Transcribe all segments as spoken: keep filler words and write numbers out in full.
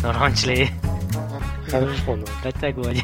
Narancslé. Hát most mondom. Beteg vagy?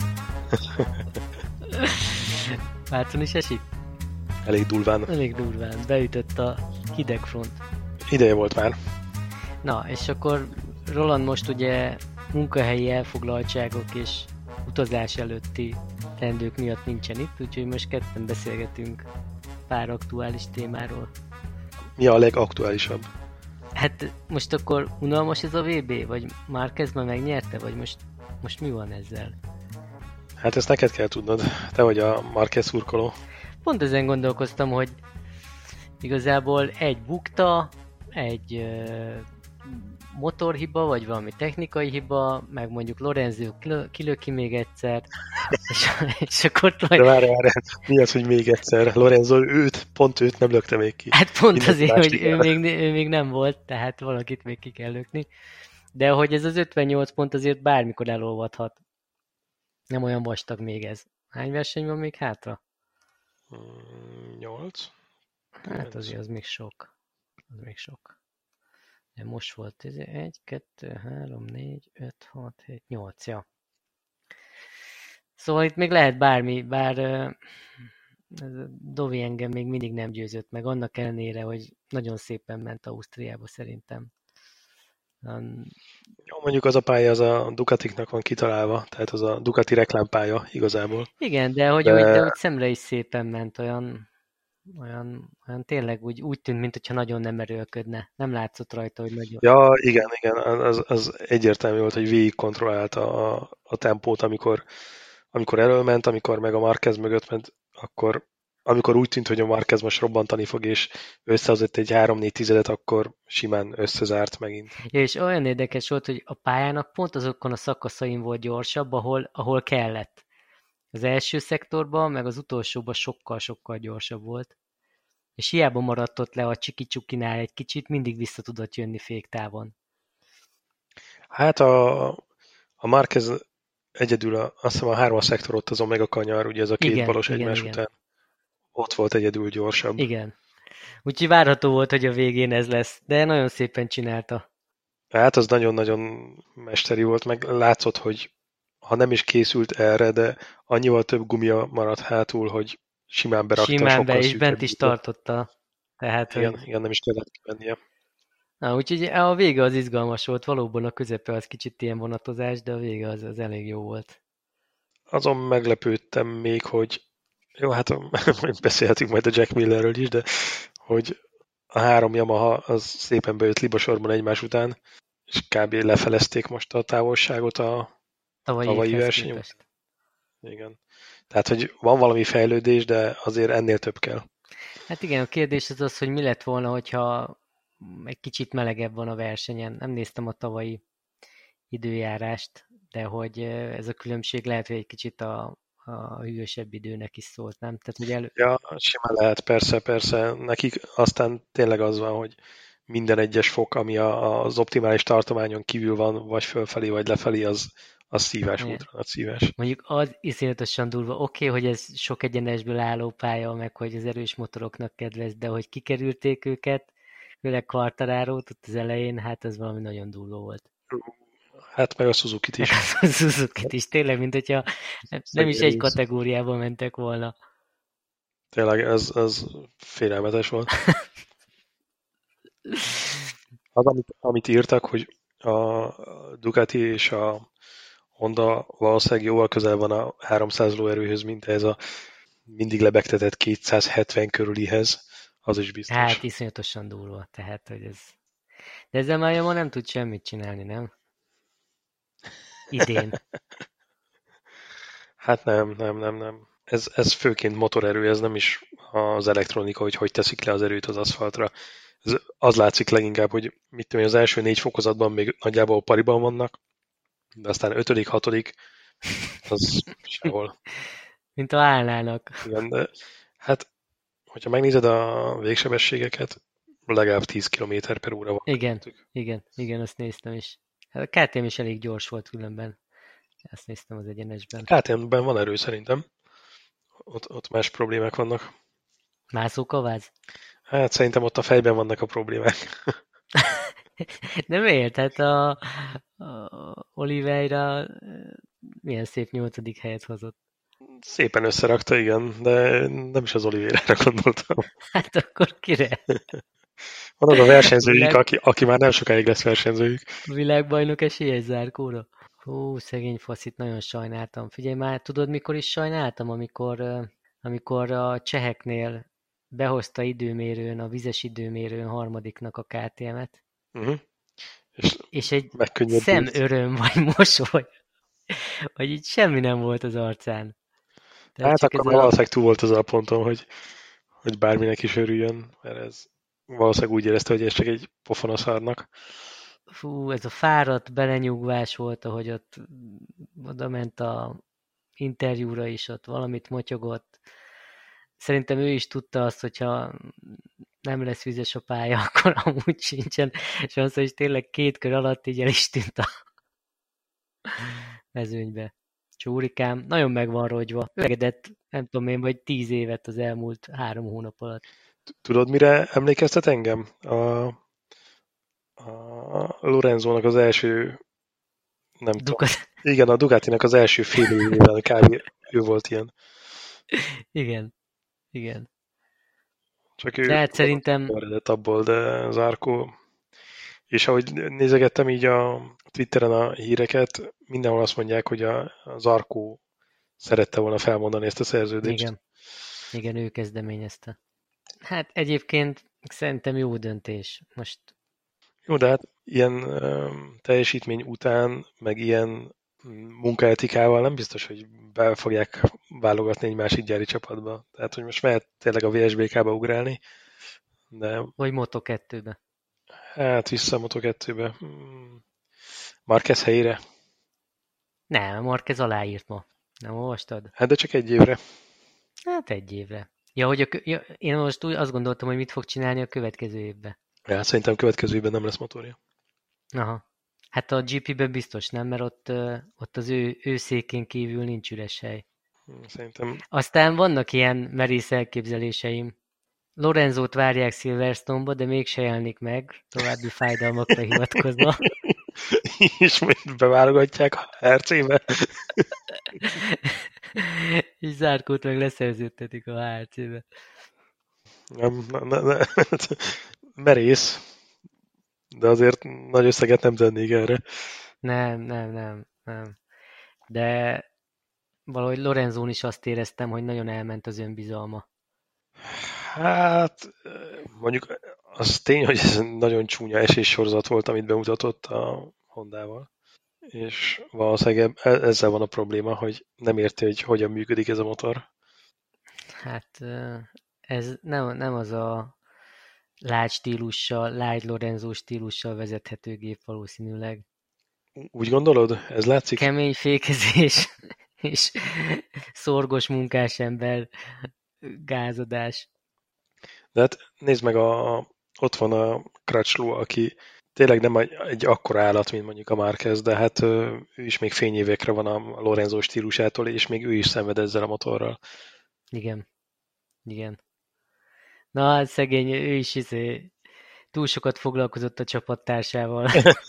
Vácon is esik? Elég durván. Elég durván. Beütött a hideg front. Ideje volt már. Na, és akkor Roland most ugye munkahelyi elfoglaltságok és utazás előtti teendők miatt nincsen itt, úgyhogy most ketten beszélgetünk pár aktuális témáról. Mi a legaktuálisabb? Hát most akkor unalmas ez a vé bé? Vagy Márquez már megnyerte? Vagy most, most mi van ezzel? Hát ezt neked kell tudnod. Te vagy a Márquez szurkoló. Pont ezen gondolkoztam, hogy igazából egy bukta, egy uh, motorhiba, vagy valami technikai hiba, meg mondjuk Lorenzo kilöki még egyszer, és, és akkor... De várj, várj, mi az, hogy még egyszer? Lorenzo őt, pont őt nem lökte még ki. Hát pont Minden azért, hogy ő el. még, ő még nem volt, tehát valakit még ki kell lökni. De hogy ez az ötvennyolc pont azért bármikor elolvadhat. Nem olyan vastag még ez. Hány verseny van még hátra? Nyolc. Hát azért az még sok. Az még sok. De most volt ez egy, kettő, három, négy, öt, hat, hét, nyolc, ja. Szóval itt még lehet bármi, bár uh, Dovi engem még mindig nem győzött meg, annak ellenére, hogy nagyon szépen ment Ausztriába szerintem. Um, Jó, mondjuk az a pálya az a Ducatiknak van kitalálva, tehát az a Ducati reklámpálya igazából. Igen, de hogy de... Úgy, de úgy szemre is szépen ment, olyan, olyan, olyan tényleg úgy, úgy tűnt, mintha nagyon nem erőlködne. Nem látszott rajta, hogy nagyon... Ja, igen, igen, az, az egyértelmű volt, hogy végig kontrollálta a, a tempót, amikor, amikor elölment, amikor meg a Márquez mögött ment, akkor amikor úgy tűnt, hogy a Márquez most robbantani fog, és összehozott egy három-négy tizedet, akkor simán összezárt megint. Ja, és olyan érdekes volt, hogy a pályának pont azokon a szakaszain volt gyorsabb, ahol, ahol kellett. Az első szektorban, meg az utolsóban sokkal-sokkal gyorsabb volt. És hiába maradt ott le a csiki-csukinál egy kicsit, mindig vissza tudott jönni féktávon. Hát a, a Márquez egyedül, a, azt hiszem a hármas szektor ott az Omega kanyar, ugye ez a két igen, balos igen, egymás igen. után. Ott volt egyedül gyorsabb. Igen. Úgyhogy várható volt, hogy a végén ez lesz, de nagyon szépen csinálta. Hát az nagyon-nagyon mesteri volt, meg látszott, hogy ha nem is készült erre, de annyival több gumia maradt hátul, hogy simán berakta. Simán be, és bent is tartotta. Tehát, igen, hogy... igen, nem is kellett kimennie. Na, úgyhogy a vége az izgalmas volt, valóban a közepe az kicsit ilyen vonatozás, de a vége az, az elég jó volt. Azon meglepődtem még, hogy jó, hát majd beszélhetünk majd a Jack Millerről is, de hogy a három Yamaha az szépen bejött libasorban egymás után, és kb. Lefelezték most a távolságot a tavalyi, tavalyi versenyen. Igen. Tehát, hogy van valami fejlődés, de azért ennél több kell. Hát igen, a kérdés az az, hogy mi lett volna, hogyha egy kicsit melegebb van a versenyen. Nem néztem a tavalyi időjárást, de hogy ez a különbség lehet, hogy egy kicsit a, a hűvösebb időnek is szólt, nem? Tehát, hogy elő... Ja, simán lehet, persze, persze. Nekik aztán tényleg az van, hogy minden egyes fok, ami a, az optimális tartományon kívül van, vagy fölfelé, vagy lefelé, az, az szívás, ultra nagy szívás. Mondjuk az iszonyatosan durva. Oké, okay, hogy ez sok egyenesből álló pálya, meg hogy az erős motoroknak kedvez, de hogy kikerülték őket, főleg Quartararót ott az elején, hát ez valami nagyon durva volt. Hát meg a Suzuki-t is. A Suzuki-t is, tényleg, mint hogyha nem is egy kategóriában mentek volna. Tényleg, ez, ez félelmetes volt. Az, amit, amit írtak, hogy a Ducati és a Honda valószínűleg jóval közel van a háromszáz lóerőhöz, mint ez a mindig lebegtetett kétszázhetven körülihez, az is biztos. Hát iszonyatosan durva, tehát, hogy ez... De ezzel már ma nem tud semmit csinálni, nem? Idén. Hát nem, nem, nem, nem. Ez, ez főként motorerő, ez nem is az elektronika, hogy hogy teszik le az erőt az aszfaltra. Ez az látszik leginkább, hogy mit tudom, az első négy fokozatban még nagyjából pariban vannak, de aztán ötödik, hatodik, az sehol. Mint a állnának. Igen, de hát, hogyha megnézed a végsebességeket, legalább tíz kilométer per óra van. Igen, köztük. igen, igen, azt néztem is. Hát a ká té em is elég gyors volt különben. Ezt néztem az egyenesben. ká té em-ben van erő szerintem. Ott, ott más problémák vannak. Mászókaváz? Hát szerintem ott a fejben vannak a problémák. Nem ért, hát a, a Oliveira milyen szép nyolcadik helyet hozott. Szépen összerakta, igen, de nem is az Olivérára gondoltam. Hát akkor kire? Van az a A versenyzőjük, világ, aki, aki már nem sokáig lesz versenyzőjük. a világbajnok esélyes zárkóra? Hú, szegény faszit, nagyon sajnáltam. Figyelj már, tudod mikor is sajnáltam? Amikor, ö, amikor a cseheknél behozta időmérőn, a vizes időmérőn harmadiknak a ká té em-et, Uh-huh. És és egy megkönnyebbült. szemöröm vagy mosoly, vagy így semmi nem volt az arcán. Tehát Hát csak akkor ez már a, valószínűleg túl volt az a ponton, hogy, hogy bárminek is örüljön, mert ez valószínűleg úgy érezte, hogy ez csak egy pofon a szarnak. fú, ez a fáradt belenyugvás volt, ahogy ott oda ment a interjúra is, ott valamit motyogott. Szerintem ő is tudta azt, hogyha nem lesz vizes a pálya, akkor amúgy sincsen sansz, és tényleg két kör alatt így el is tűnt a mezőnybe. Csórikám, nagyon meg van rogyva. Öregedett, nem tudom én, vagy tíz évet az elmúlt három hónap alatt. Tudod, mire emlékeztet engem? A, a Lorenzónak az első, nem tudom. Dukat. Igen, a Ducatinak az első fél évében kb. Ő volt ilyen. Igen, igen. Csak De ő hát szerintem, eredett abból, de Zarco. És ahogy nézegettem így a Twitteren a híreket, mindenhol azt mondják, hogy a, a Zarco szerette volna felmondani ezt a szerződést. igen, igen, ő kezdeményezte. Hát egyébként szerintem jó döntés. Most Jó, de hát ilyen um, teljesítmény után, meg ilyen munkaetikával nem biztos, hogy be fogják válogatni egy másik gyári csapatba. Tehát, hogy most mehet tényleg a vé es bé ká-ba ugrálni, de vagy moto kettőbe. hát vissza a moto kettőbe. Hmm. Marquez helyére? Nem, Marquez aláírt ma. Nem olvastad? Hát de csak egy évre. Hát egy évre. Ja, hogy a, kö- ja, én most úgy azt gondoltam, hogy mit fog csinálni a következő évben. Ja, szerintem következő évben nem lesz motorja. Aha. Hát a gé pé-ben biztos nem, mert ott, ö, ott az ő, ő székén kívül nincs üres hely. Hmm, Szerintem Aztán vannak ilyen merész elképzeléseim. Lorenzót várják Silverstone-ba, de mégse jelenik meg, további fájdalmakra hivatkozva. ismét beválogatják a hercébe. És Zárkót meg leszerződtetik a há er cé-be. Nem, ne, ne, ne. Merész, de azért nagy összeget nem tennék erre. Nem, nem, nem, nem. De valahogy Lorenzón is azt éreztem, hogy nagyon elment az önbizalma. Hát mondjuk az tény, hogy ez nagyon csúnya eséssorozat volt, amit bemutatott a Hondával. És valószínűleg e- ezzel van a probléma, hogy nem érti, hogy hogyan működik ez a motor. Hát ö, ez nem, nem az a lágy stílussal, lágy Lorenzó stílussal vezethető gép valószínűleg. Úgy gondolod? Ez látszik? Kemény fékezés és szorgos munkás ember, gázadás. De hát nézd meg, a, ott van a Crutchlow, aki tényleg nem egy, egy akkora állat, mint mondjuk a Marquez, de hát ö, ő is még fényévekre van a Lorenzo stílusától, és még ő is szenved ezzel a motorral. Igen, igen. Na, hát szegény, ő is izé, túl sokat foglalkozott a csapattársával.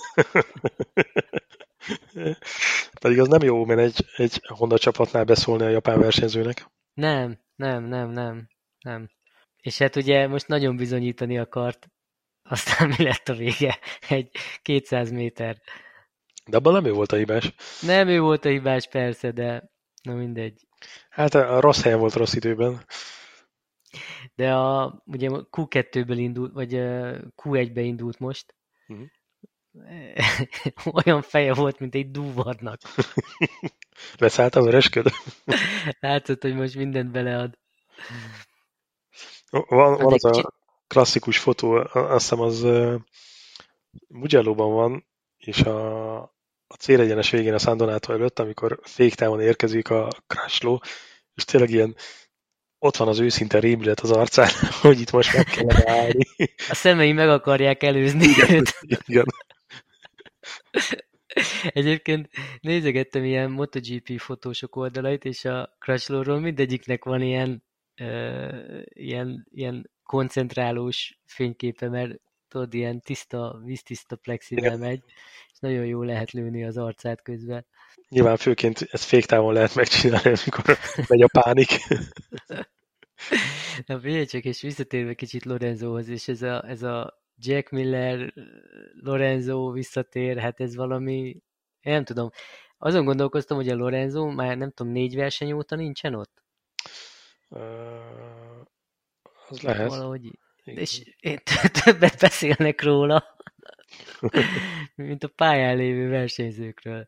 Pedig az nem jó, mert egy, egy Honda csapatnál beszólni a japán versenyzőnek. Nem, nem, nem, nem, nem. És hát ugye most nagyon bizonyítani akart, aztán mi lett a vége? Egy kétszáz méter. De abban nem ő volt a hibás. Nem ő volt a hibás persze, de na mindegy. Hát a rossz helyen volt rossz időben. De a, ugye kú kettőből indult, vagy kú egybe indult most. Uh-huh. Olyan feje volt, mint egy dúvarnak. Leszállt a veresköd? Látszott, hogy most mindent belead. Van, van Az az egy a kicsit... klasszikus fotó, azt hiszem az uh, Mugello-ban van, és a, a célegyenes végén a San Donato előtt, amikor féktávon érkezik a Crutchlow, és tényleg ilyen ott van az őszinte rémület az arcán, hogy itt most meg kellene állni. A szemei meg akarják előzni őt. Igen. Egyébként nézegettem ilyen MotoGP fotósok oldalait, és a Crutchlowról mindegyiknek van ilyen, uh, ilyen, ilyen koncentrálós fényképe, mert tudod, ilyen tiszta, víztiszta plexivel Igen. megy, és nagyon jó lehet lőni az arcát közben. Nyilván főként ezt féktávon lehet megcsinálni, amikor megy a pánik. Na figyelj csak, és visszatérve kicsit Lorenzohoz, és ez a, ez a Jack Miller, Lorenzo visszatér, hát ez valami, én nem tudom. Azon gondolkoztam, hogy a Lorenzo már nem tudom, négy verseny óta nincsen ott? Uh, az lehet. Valahogy, Igen. és én többet beszélnek róla, mint a pályán lévő versenyzőkről.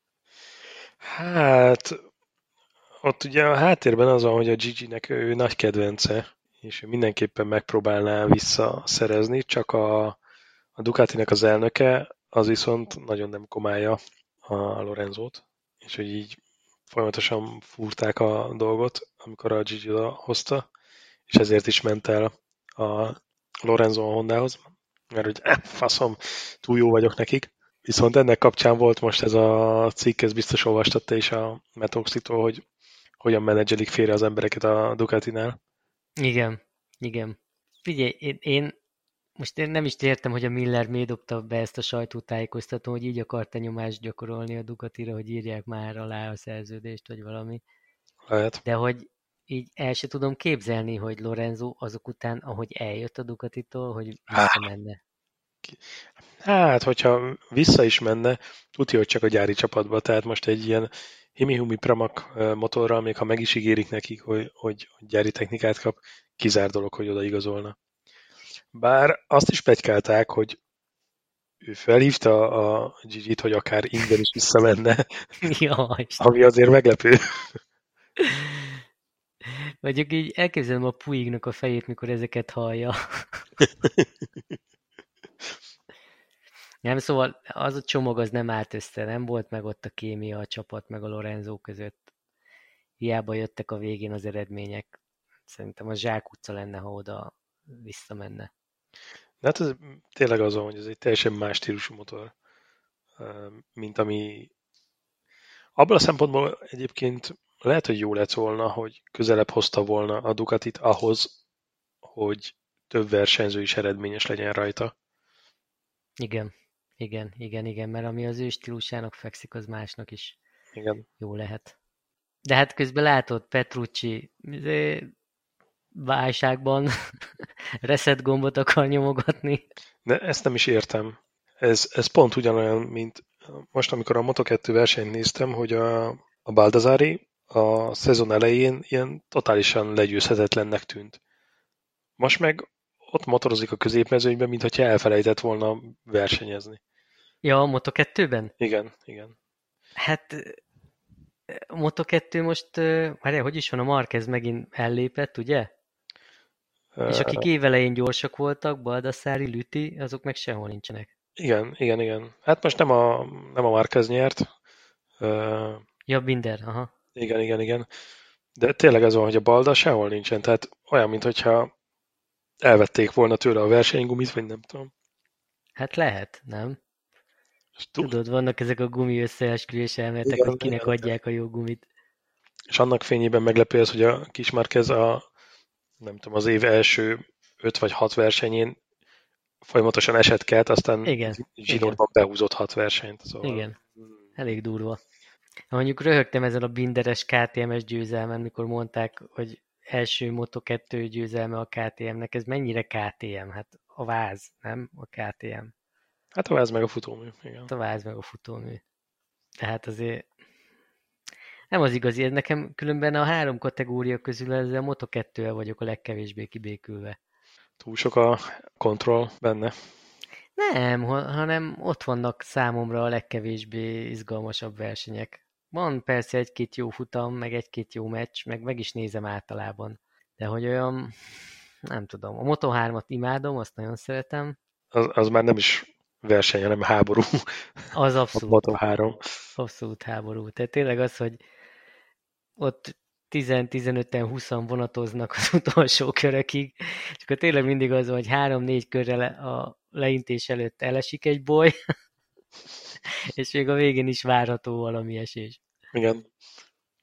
Hát, ott ugye a háttérben az van, hogy a Gigi-nek ő nagy kedvence, és ő mindenképpen megpróbálná visszaszerezni, csak a, a Ducatinek az elnöke az viszont nagyon nem komálja a Lorenzót, és hogy így folyamatosan fúrták a dolgot, amikor a Gigi oda hozta, és ezért is ment el a Lorenzo a Hondához, mert hogy eh, faszom, túl jó vagyok nekik. Viszont ennek kapcsán volt most ez a cikk, ez biztos olvastad te is a Metoxitól, hogy hogyan menedzselik félre az embereket a Ducatinál. Igen, igen. Figyelj, én, én most én nem is értem, hogy a Miller miért dobta be ezt a sajtótájékoztató, hogy így akarta nyomást gyakorolni a Ducatira, hogy írják már alá a szerződést, vagy valami. Lehet. De hogy így el se tudom képzelni, hogy Lorenzo azok után, ahogy eljött a Ducatitól, hogy visszamenne. Hát, hogyha vissza is menne, tudja, hogy csak a gyári csapatba, tehát most egy ilyen himi-humi Pramac motorral, még ha meg is ígérik nekik, hogy, hogy, hogy gyári technikát kap, kizár dolog, hogy oda igazolna. Bár azt is pletykálták, hogy ő felhívta a Gigi-t, hogy akár ingyen is visszamenne, Ja, ami azért meglepő. Vagyok így elképzelem a Puignak a fejét, mikor ezeket hallja. Nem, szóval az a csomag az nem állt össze, nem volt meg ott a kémia a csapat meg a Lorenzo között. Hiába jöttek a végén az eredmények. Szerintem a Zsák utca lenne, ha oda visszamenne. De hát ez tényleg az van, hogy ez egy teljesen más stílusú motor, mint ami... Abban a szempontból egyébként lehet, hogy jó lett volna, hogy közelebb hozta volna a Ducatit ahhoz, hogy több versenyző is eredményes legyen rajta. Igen, igen, igen, igen, mert ami az ő stílusának fekszik, az másnak is Igen. jó lehet. De hát közben látod, Petrucci válságban reset gombot akar nyomogatni. De ezt nem is értem. Ez, ez pont ugyanolyan, mint most, amikor a Moto kettő versenyt néztem, hogy a, a Baldassari a szezon elején ilyen totálisan legyőzhetetlennek tűnt. Most meg ott motorozik a középmezőnyben, mintha elfelejtett volna versenyezni. Ja, a Moto kettőben? Igen, igen. Hát a Moto kettő most, várjál, hogy is van, a Marquez megint ellépett, ugye? És akik évelején gyorsak voltak, Baldassari, Lüti, azok meg sehol nincsenek. Igen, igen, igen. Hát most nem a, nem a Marquez nyert. Uh, Ja, Binder, aha. igen, igen, igen. De tényleg az van, hogy a Balda sehol nincsen. Tehát olyan, mintha elvették volna tőle a versenygumit, vagy nem tudom. Hát lehet, nem? Tud... Tudod, vannak ezek a gumi összeesküvés elméletek, Igen, hogy kinek igen. adják a jó gumit. És annak fényében meglepő az, hogy a kis Marquez a, nem tudom, az év első öt vagy hat versenyén folyamatosan eset kelt, aztán Igen, zsinórban behúzott hat versenyt. Szóval... igen. Elég durva. Mondjuk röhögtem ezen a Binderes ká té em-es győzelmen, mikor mondták, hogy első Moto kettő győzelme a ká té em-nek. Ez mennyire ká té em? Hát a váz, nem? A ká té em. Hát a váz meg a futómű, igen. Hát a váz meg a futómű. Tehát azért nem az igazi, ez nekem különben a három kategória közül ezzel a Moto kettővel vagyok a legkevésbé kibékülve. Túl sok a kontroll benne. Nem, hanem ott vannak számomra a legkevésbé izgalmasabb versenyek. Van persze egy-két jó futam, meg egy-két jó meccs, meg meg is nézem általában. De hogy olyan, nem tudom. A Moto hármat imádom, azt nagyon szeretem. Az, az már nem is verseny, hanem háború. Az A abszolút, Moto három. abszolút háború. Tehát tényleg az, hogy ott tíz-tizenöten húszan vonatoznak az utolsó körökig, és akkor tényleg mindig az van, hogy három-négy körre a leintés előtt elesik egy boly, és még a végén is várható valami esés. Igen.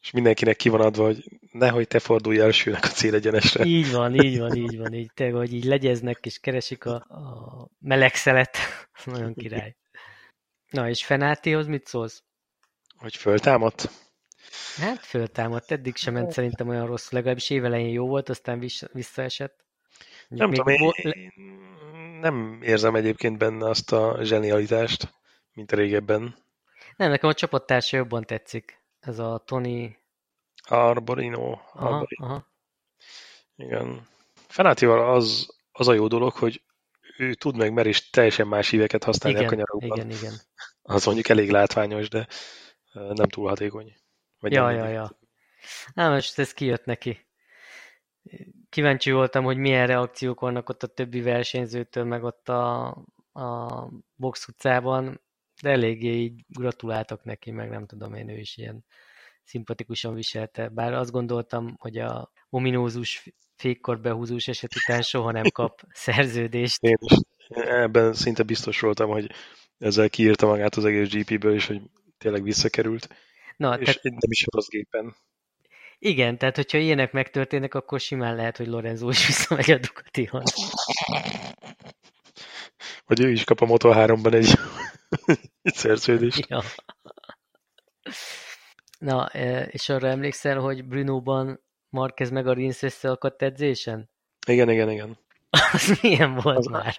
és mindenkinek ki van adva, hogy nehogy te fordulj elsőnek a célegyenesre. Így van, így van, így van, így tényleg, hogy így legyeznek és keresik a, a melegszelet. Nagyon király. Na és Fenátihoz mit szólsz? Hogy föltámadt? Hát föltámadt, eddig sem ment szerintem olyan rossz, legalábbis évelején jó volt, aztán vissza, visszaesett. Mondjuk Nem még tudom, én mo- le- nem érzem egyébként benne azt a zsenialitást, mint régebben. nem, nekem a csapattársa jobban tetszik. Ez a Tony... Arborino, Aha, Arborino. aha. Igen. Fenátival az, az a jó dolog, hogy ő tud meg mer is teljesen más híveket használni a Igen, kanyarokban. igen, igen. Az mondjuk elég látványos, de nem túl hatékony. Vagy nem Ja, ja, mindig. ja. Na most ez kijött neki. Kíváncsi voltam, hogy milyen reakciók vannak ott a többi versenyzőtől, meg ott a, a box utcában, de eléggé így gratuláltak neki, meg nem tudom én, ő is ilyen szimpatikusan viselte. Bár azt gondoltam, hogy a ominózus fékkor behúzós eset után soha nem kap szerződést. Én is ebben szinte biztos voltam, hogy ezzel kiírta magát az egész gé pé-ből, és hogy tényleg visszakerült. Na, És tehát nem is rossz gépen. igen, tehát hogyha ilyenek megtörténnek, akkor simán lehet, hogy Lorenzo is visszamegy a Ducatihoz. Vagy ő is kap a Moto háromban egy, egy szerződést. Ja. Na, e, és arra emlékszel, hogy Brunóban Marquez meg a Rins összeakadt edzésen? Igen, igen, igen. Az milyen volt Az, már?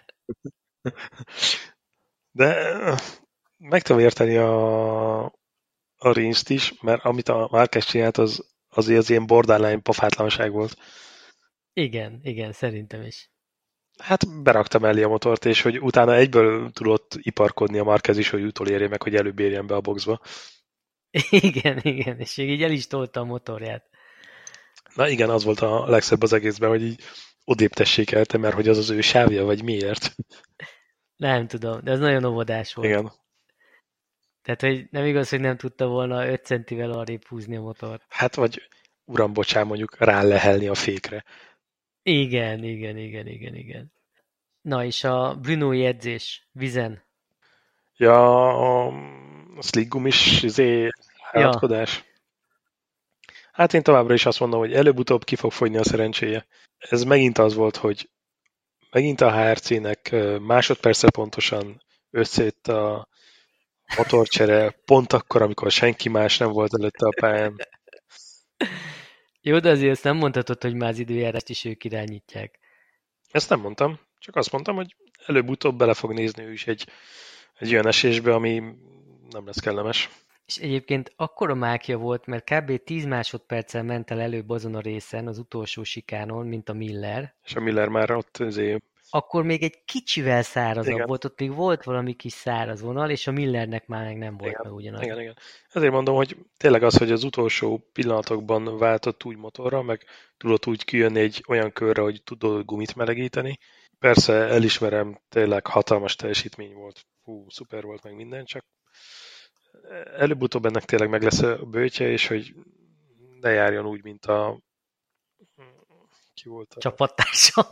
de meg tudom érteni a, a Rinst is, mert amit a Márquez csinált, az azért az ilyen borderline pofátlanság volt. Igen, igen, szerintem is. Hát berakta mellé a motort, és hogy utána egyből tudott iparkodni a Márquez is, hogy utolérje meg, hogy előbb érjen be a boxba. Igen, igen, és még így el is tolta a motorját. Na igen, az volt a legszebb az egészben, hogy így odébb tessékelte, mert hogy az az ő sávja, vagy miért. Nem tudom, de ez nagyon óvodás volt. Igen. Tehát, hogy nem igaz, hogy nem tudta volna öt centivel arrébb húzni a motort. Hát vagy uram, bocsán, mondjuk rá lehelni a fékre. Igen, igen, igen, igen, igen. Na, és a Brunói edzés, vizen. Ja, a sliggumis izé, Ja, állatkodás. Hát én továbbra is azt mondom, hogy előbb-utóbb ki fog fogyni a szerencséje. Ez megint az volt, hogy megint a há er cé-nek másodperccel pontosan összejött a motorcsere, pont akkor, amikor senki más nem volt előtte a pályán. jó, de azért ezt nem mondhatod, hogy már az időjárást is ők irányítják. Ezt nem mondtam, csak azt mondtam, hogy előbb-utóbb bele fog nézni ő is egy, egy olyan esésbe, ami nem lesz kellemes. És egyébként akkora mákja volt, mert kb. tíz másodperccel ment el előbb azon a részen, az utolsó sikánon, mint a Miller. És a Miller már ott azért, Akkor még egy kicsivel szárazabb igen, volt, ott még volt valami kis száraz vonal, és a Millernek már meg nem volt igen, meg ugyanaz. igen, igen. Ezért mondom, hogy tényleg az, hogy az utolsó pillanatokban váltott úgy motorra, meg tudott úgy kijönni egy olyan körre, hogy tudod gumit melegíteni. Persze elismerem, tényleg hatalmas teljesítmény volt. Hú, szuper volt meg minden, csak előbb-utóbb ennek tényleg meg lesz a bőtje, és hogy ne járjon úgy, mint a... Ki volt a... Csapattársa.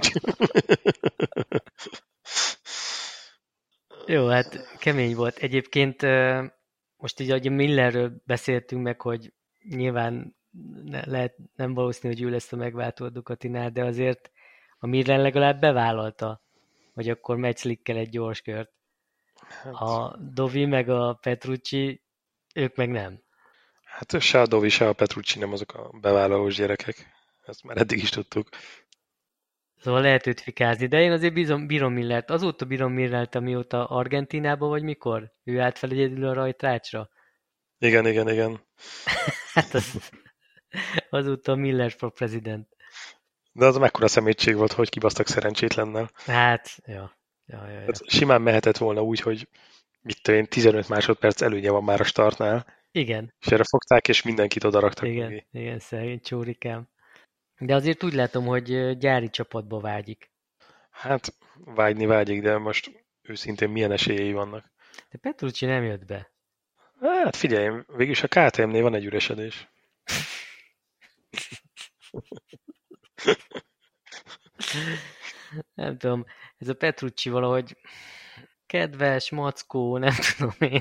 Jó, hát kemény volt. Egyébként ö, most így, ahogy a Millerről beszéltünk meg, hogy nyilván ne, lehet, nem valószínű, hogy ő lesz a megváltó a Ducatinál, de azért a Miller legalább bevállalta, hogy akkor megy slickkel egy gyors kört. Hát, A Dovi meg a Petrucci, ők meg nem. hát se a Dovi, se a Petrucci nem azok a bevállalós gyerekek. Ezt már eddig is tudtuk. Szóval lehet őt fikázni, de én azért bízom, bírom Millert. Azóta bírom Millert, amióta Argentínába vagy mikor? Ő állt fel egyedül a rajtrácsra. Igen, igen, igen. Hát az, azóta Miller for president. De az mekkora szemétség volt, hogy kibasztak szerencsétlennel. Hát, ja. Ja, ja, ja. Hát simán mehetett volna úgy, hogy mit tudom én, tizenöt másodperc előnye van már a startnál, Igen, és erre fogták, és mindenkit oda raktak igen, mögé. igen, szegény csórikám. De azért úgy látom, hogy ö, gyári csapatba vágyik. Hát vágyni vágyik, de most őszintén milyen esélyei vannak. De Petrucci nem jött be. Hát figyelj, végülis a ká té em-nél van egy üresedés. Nem tudom, ez a Petrucci valahogy kedves, mackó, nem tudom én.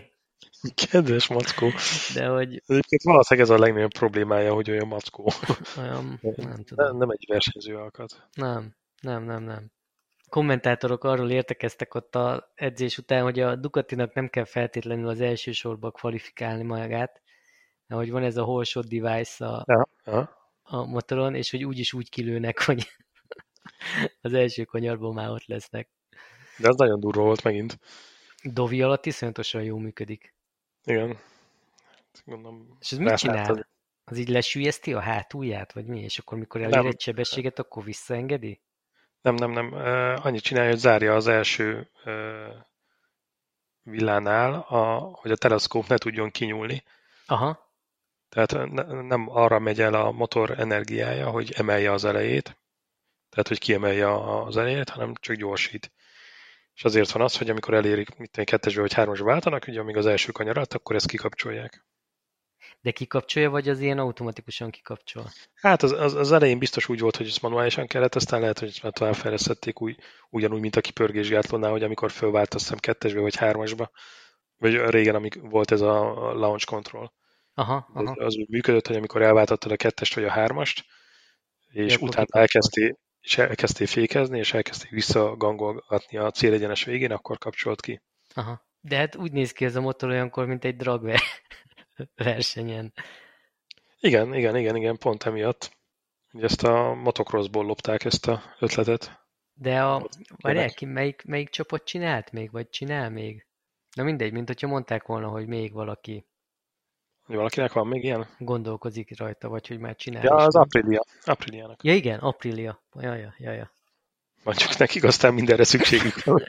Kedves mackó. De hogy Egyébként valószínűleg ez a legnagyobb problémája, hogy olyan mackó. olyan, nem Nem, tudom. nem egy versenyző alkat. Nem, nem, nem, nem. Kommentátorok arról értekeztek ott a edzés után, hogy a Ducatinak nem kell feltétlenül az első sorba kvalifikálni magát, mert hogy van ez a whole shot device a, Ja, ja. a motoron, és hogy úgyis úgy kilőnek, hogy az első kanyarban már ott lesznek. De ez nagyon durva volt megint. Dovi alatt iszonyatosan jól működik. Igen. Gondolom, És ez mit rászálltad. csinál? Az így lesülyezti a hátulját, vagy mi? És akkor, mikor elér Nem, egy sebességet, akkor visszaengedi? nem, nem, nem. Uh, annyit csinálja, hogy zárja az első uh, villánál, a, hogy a teleszkóp ne tudjon kinyúlni. Aha, Tehát ne, nem arra megy el a motor energiája, hogy emelje az elejét, tehát hogy kiemelje az elejét, hanem csak gyorsít. És azért van az, hogy amikor elérik, mit tudom, kettesbe vagy hármasba váltanak, ugye amíg az első kanyarat, akkor ezt kikapcsolják. de kikapcsolja, vagy az ilyen automatikusan kikapcsol? Hát az, az, az elején biztos úgy volt, hogy ezt manuálisan kellett, aztán lehet, hogy ezt már továbbfejlesztették úgy, ugyanúgy, mint a kipörgésgátlónál, hogy amikor fölváltoztam kettesbe vagy hármasba, vagy régen, amik volt ez a launch control. Aha, Az, aha. az úgy működött, hogy amikor elváltottad a kettest vagy a hármast, Ja, és akkor utána kikapcsol. elkezdtél, és elkezdtél fékezni, és elkezdtél visszagangolgatni a célegyenes végén, akkor kapcsolt ki. Aha. De hát úgy néz ki ez a motor olyankor, mint egy drag ver- versenyen. Igen, igen, igen, igen, pont emiatt. Ugye ezt a motocrossból lopták ezt a ötletet. De a, várjál Ilyenek. ki, melyik, melyik csapat csinált még, vagy csinál még? Na mindegy, mint hogyha mondták volna, hogy még valaki Hogy valakinek van még ilyen? gondolkozik rajta, vagy hogy már csinál Ja, is az még. Aprilia. Apriliának. Ja igen, Aprilia. Jaja, jaja. Mondjuk nekik aztán mindenre szükségük van.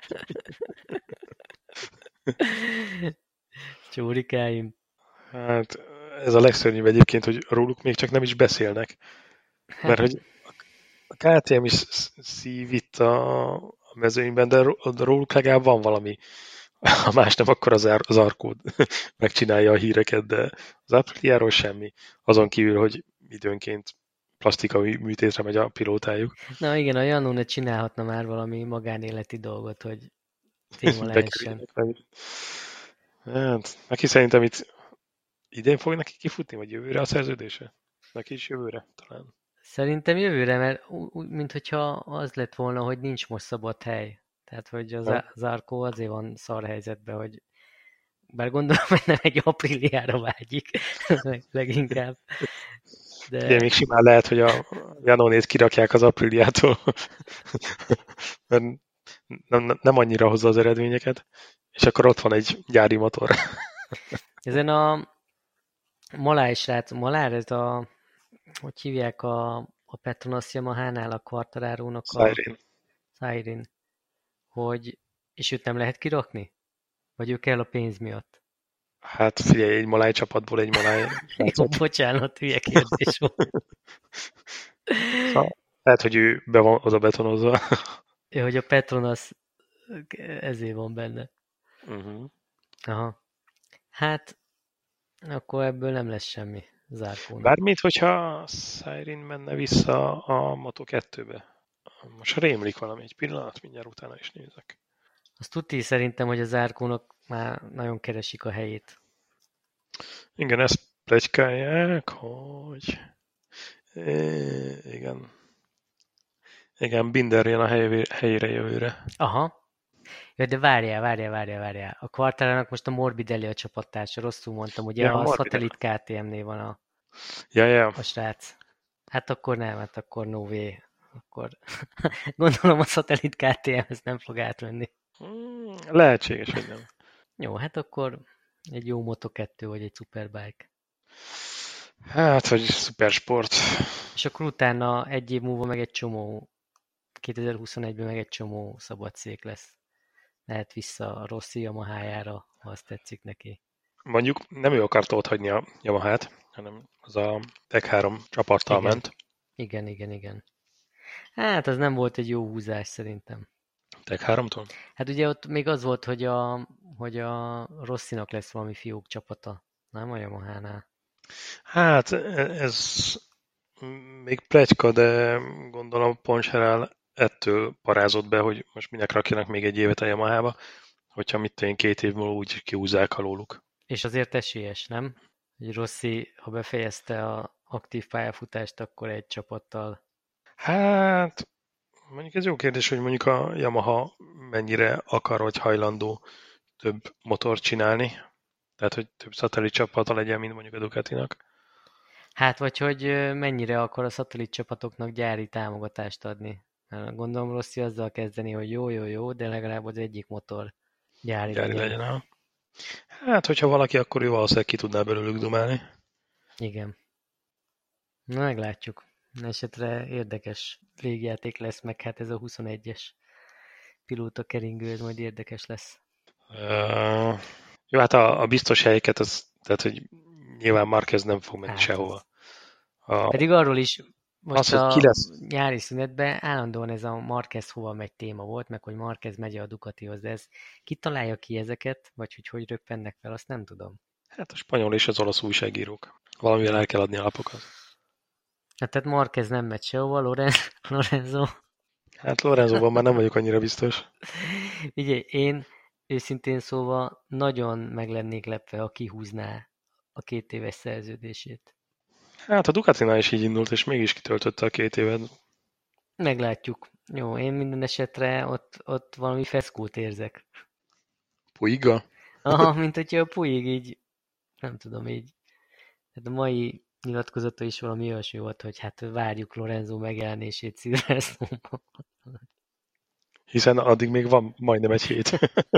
Csórikáim. Hát ez a legszörnyűbb egyébként, hogy róluk még csak nem is beszélnek. Mert Hát hogy a ká té em is szív itt a, a mezőnyben, de róluk legalább van valami. Ha más nem, akkor az, az Arkód megcsinálja a híreket, de az Apriliáról semmi. Azon kívül, hogy időnként plastikai műtétre megy a pilótájuk. na igen, a Janone csinálhatna már valami magánéleti dolgot, hogy téma lehessen. Bekerüljenek meg. Hát, neki szerintem itt idén fog neki kifutni, vagy jövőre a szerződése? Neki is jövőre talán. Szerintem jövőre, mert úgy, mint hogyha az lett volna, hogy nincs most szabad hely. Tehát, hogy az Ja. Zarko azért van szar helyzetben, hogy bár gondolom, hogy nem egy apríliára vágyik, leginkább. Ugye De még simán lehet, hogy a Janonét kirakják az Apriliától, mert nem, nem annyira hozza az eredményeket, és akkor ott van egy gyári motor. ezen a Malár srác, Malár, ez a, hogy hívják a, a Petronas Yamaha-nál a Quartararo-nak a Siren. Siren, hogy, és őt nem lehet kirakni? Vagy ő kell a pénz miatt? Hát figyelj, egy maláj csapatból egy maláj Jó, srácot. bocsánat, hülye kérdés volt. Szóval lehet, hogy ő be van oda betonozva. Ja, hogy a Petronas ezért van benne. Uh-huh. Aha. Hát, akkor ebből nem lesz semmi Zárkónak. Bármit, hogyha Siren menne vissza a Moto kettőbe. Most rémlik valami, egy pillanat, mindjárt utána is nézek. Azt tudti szerintem, hogy a Zárkónak már nagyon keresik a helyét. Igen, ezt pletykálják, hogy... É, igen. Igen, Binder jön a hely, helyére jövőre. Aha. Ja, de várjál, várjál, várjál, várjál. A Quartarának most a Morbidelli a csapattársa. Rosszul mondtam, ugye Ja, a Morbidelli. Satellit ká té em-nél van a, Ja, ja. a srác. Hát akkor nem, hát akkor no way. Akkor gondolom a Satellit ká té em ezt nem fog átvenni. Hmm, lehetséges, hogy nem. Jó, hát akkor egy jó Moto kettő vagy egy Superbike. Hát, vagy szupersport. És akkor utána egy év múlva meg egy csomó, kétezer-huszonegyben meg egy csomó szabad szék lesz. Lehet vissza a Rossi Yamahájára, ha azt tetszik neki. Mondjuk nem ő akarta ott hagyni a Yamahát, hanem az a Tech három csapattal Igen, ment. igen, igen, igen. Hát az nem volt egy jó húzás szerintem. Tech háromtól? Hát ugye ott még az volt, hogy a, hogy a Rossinak lesz valami fiók csapata, nem a Yamahánál. Hát ez még pletyka, de gondolom Poncherel ettől parázott be, hogy most minek rakjanak még egy évet a Yamahába, hogyha mit én két év múlva úgy kihúzzák alóluk. És azért esélyes, nem? Hogy Rossi, ha befejezte a aktív pályafutást, akkor egy csapattal. Hát, mondjuk ez jó kérdés, hogy mondjuk a Yamaha mennyire akar vagy hajlandó több motort csinálni. Tehát, hogy több szatellit csapata legyen, mint mondjuk a Ducatinak. Hát, vagy hogy ö, mennyire akar a szatellit csapatoknak gyári támogatást adni. Mert gondolom Rossi azzal kezdeni, hogy jó, jó, jó, de legalább az egyik motor gyári Gyári legyen. legyen, ha. Hát, hogyha valaki, akkor ő valószínűleg ki tudná belőlük dumálni. Igen. Na, meglátjuk. Esetre érdekes végjáték lesz, meg hát ez a huszonegyes pilóta keringő, ez majd érdekes lesz. Uh, jó, hát a, a biztos helyeket, az, tehát, hogy nyilván Marquez nem fog menni Hát sehova. az. A, Pedig arról is az, most hogy ki a lesz, nyári szünetben állandóan ez a Marquez hova megy téma volt, meg hogy Marquez megy a Ducatihoz, de ez ki találja ki ezeket, vagy hogy hogy röppennek fel, azt nem tudom. hát a spanyol és az olasz újságírók. Valamivel Ja. el kell adni a lapokat. Hát tehát Marquez nem megy sehova, Lorenzo, Lorenzo. Hát Lorenzóban már nem vagyok annyira biztos. Ugye én őszintén szóval nagyon meg lennék lepve, ha kihúzná a két éves szerződését. Hát a Ducatinál is így indult, és mégis kitöltötte a két évet. Meglátjuk. Jó, én minden esetre ott, ott valami feszkót érzek. Puiga? Aha, mint hogyha a Puig így, nem tudom, így. Hát a mai nyilatkozata is valami olyasmi volt, hogy hát várjuk Lorenzo megjelenését Silverstone-ban. Hiszen addig még van majdnem egy hét.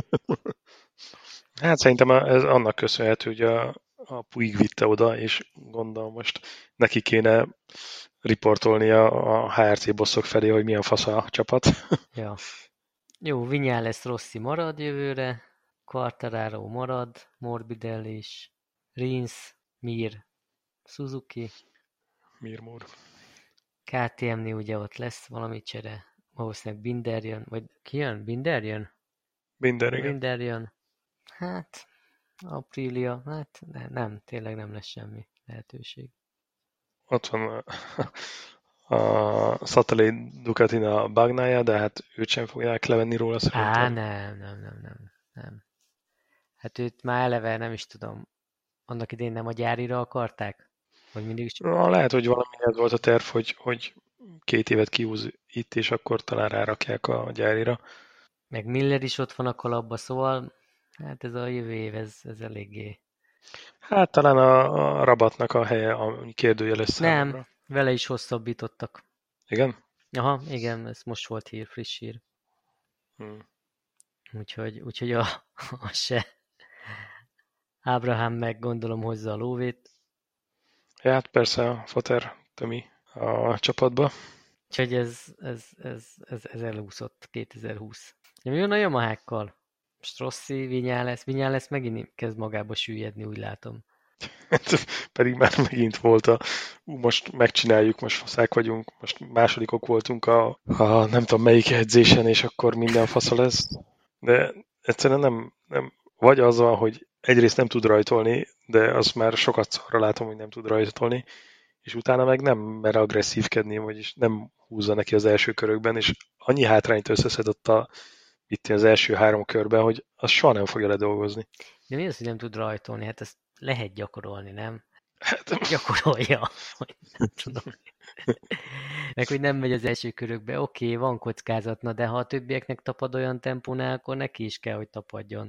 Hát szerintem ez annak köszönhető, hogy a, a Puig vitte oda, és gondolom most neki kéne riportolni a, a há er cé bosszok felé, hogy milyen fasz a csapat. Ja. Jó, Viñales Rossi marad jövőre, Quartararo marad, Morbidelli is, Rins, Mir, Suzuki, Mirmúr. ká té em-nél ugye ott lesz valami csere, valószínűleg Binder jön, vagy ki jön? Binder jön? Minden, igen. Binder jön. Hát, Aprilia, hát ne, nem, tényleg nem lesz semmi lehetőség. Ott van a, a Satellite Ducatina Bagnája, de hát őt sem fogják levenni róla Á, szerintem. nem, nem, nem, nem, nem. Hát őt már eleve nem is tudom. Annak idén nem a gyárira akarták? Vagy mindig is? Na, lehet, hogy valami ez volt a terv, hogy, hogy két évet kihúz itt, és akkor talán rárakják a gyárira. Meg Miller is ott van a kalapba, szóval hát ez a jövő év, ez, ez eléggé... Hát talán a, a Rabatnak a helye, ami kérdőjeles Nem, számomra. vele is hosszabbítottak. Igen? Aha, igen, ez most volt hír, friss hír. Hmm. Úgyhogy, úgyhogy a, a se. Ábrahám meg gondolom hozza a lóvét. Ja, hát persze a Fater Tömi a csapatba. Úgyhogy ez, ez, ez, ez, ez elúszott kétezer-húsz. Ja, mi jön a Yamahákkal? Most Rossi, Viñales, Viñales megint kezd magába süllyedni, úgy látom. Pedig már megint volt a, ú, most megcsináljuk, most faszák vagyunk, most másodikok voltunk a, a nem tudom melyik edzésen, és akkor minden fasza lesz. De egyszerűen nem, nem, vagy az van, hogy egyrészt nem tud rajtolni, de azt már sokat szarra látom, hogy nem tud rajtolni, és utána meg nem mer agresszívkedni, vagyis nem húzza neki az első körökben, és annyi hátrányt összeszedett a, itt az első három körben, hogy az soha nem fogja ledolgozni. De mi az, hogy nem tud rajtolni? Hát ezt lehet gyakorolni, nem? Hát, Gyakorolja. Nem tudom. Meg, hogy nem megy az első körökbe. Oké, okay, van kockázatna, de ha a többieknek tapad olyan tempónál, akkor neki is kell, hogy tapadjon.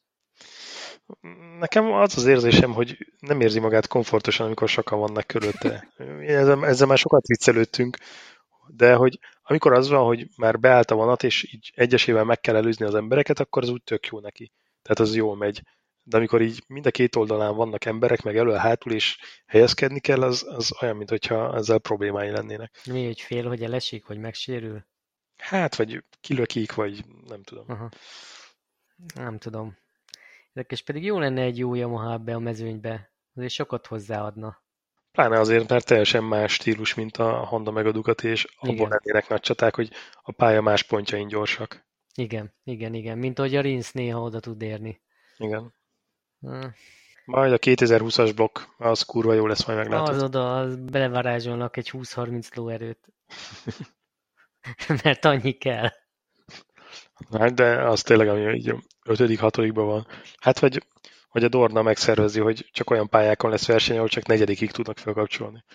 nekem az az érzésem, hogy nem érzi magát komfortosan, amikor sokan vannak körülötte. Ezzel, ezzel már sokat viccelődtünk, de hogy amikor az van, hogy már beállt a vonat, és így egyesével meg kell előzni az embereket, akkor az úgy tök jó neki. Tehát az jól megy. De amikor így mind a két oldalán vannak emberek, meg elől hátul, és helyezkedni kell, az, az olyan, mintha ezzel problémái lennének. Mi, hogy fél, hogy elesik, vagy megsérül? Hát, vagy kilökik, vagy nem tudom. Aha. Nem tudom. Érdekes, pedig jó lenne egy jó Yamaha ebbe a mezőnybe. Azért sokat hozzáadna. Pláne azért, mert teljesen más stílus, mint a Honda meg a Ducati, és abból Igen. lennének nagy csaták, hogy a pálya más pontjain gyorsak. Igen, igen, igen. Mint ahogy a Rins néha oda tud érni. Igen. Hm. Majd a kétezer-húszas blokk, az kurva jó lesz, majd meglátod. Az oda, az belevarázsolnak egy húsz-harminc lóerőt. Mert annyi kell. Hát, de az tényleg, ami így ötödik, hatodikban van. Hát vagy Vagy a Dorna megszervezi, hogy csak olyan pályákon lesz verseny, ahol csak negyedikig tudnak felkapcsolni.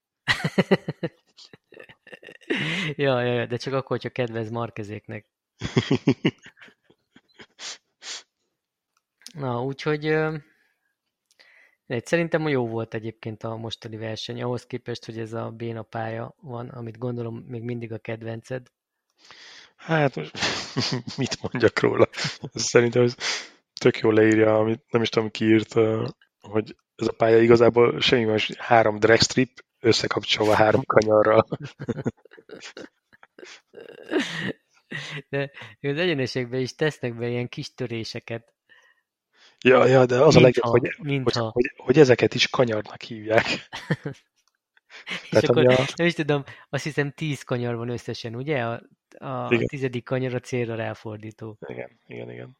ja, ja, ja, de csak akkor, hogyha kedvez Marquezéknek. Na, úgyhogy ö, szerintem jó volt egyébként a mostani verseny, ahhoz képest, hogy ez a béna pálya van, amit gondolom még mindig a kedvenced. Hát most mit mondjak róla? Szerintem ez tök jól leírja, amit nem is tudom ki írta, hogy ez a pálya igazából semmi más, három dragstrip összekapcsolva három kanyarral. De az egyenesekben is tesznek be ilyen kis töréseket. Ja, ja, de az Mintha, a legjobb, hogy, mintha. hogy, hogy, hogy ezeket is kanyarnak hívják. És Tehát, akkor, a... nem is tudom, azt hiszem tíz kanyar van összesen, ugye? A, a, a tizedik kanyar a célra ráfordító. Igen, igen, igen.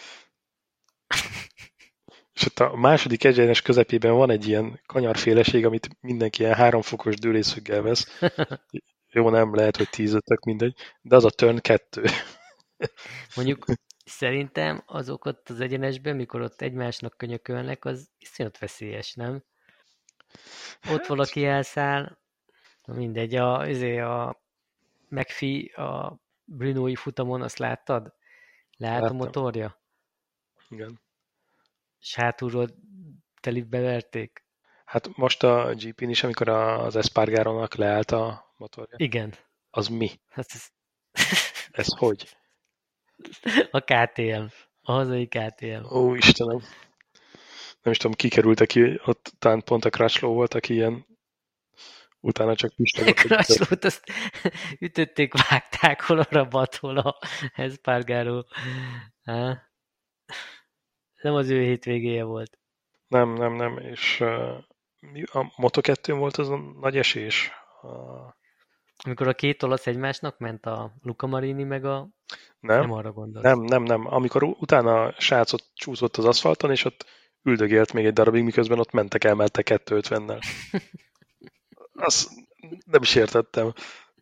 És ott a második egyenes közepében van egy ilyen kanyarféleség, amit mindenki ilyen háromfokos dőlészöggel vesz. Jó, nem lehet, hogy tízötök, mindegy, de az a turn kettő. Mondjuk szerintem azok ott az egyenesben, mikor ott egymásnak könyökölnek, az iszonyat veszélyes, nem? Ott valaki elszáll, mindegy, a, azért a McPhee, a Brunói futamon, azt láttad? Lehet a motorja? Igen. És hátulról teli beverték? Hát most a gé pén is, amikor az Espargarónak leállt a motorja. Igen. Az mi? Hát ez... ez hogy? A ká té em. A hazai ká té em. Ó, Istenem. Nem is tudom, kikerült, aki ott talán pont a Crutchlow volt, aki ilyen utána csak pistagott. A Crutchlow-t azt ütötték, vágták, hol a Rabat, hol a Espargaró. Há? Nem az ő hétvégéje volt. Nem, nem, nem, és uh, a moto kettőn volt az a nagy esés. A... Amikor a két olasz egymásnak ment, a Luca Marini meg a... Nem, nem arra gondolsz. Nem, nem, nem. Amikor utána a srác ott csúszott az aszfalton, és ott üldögélt még egy darabig, miközben ott mentek, elmentek kettőszázötvennel. Azt nem is értettem.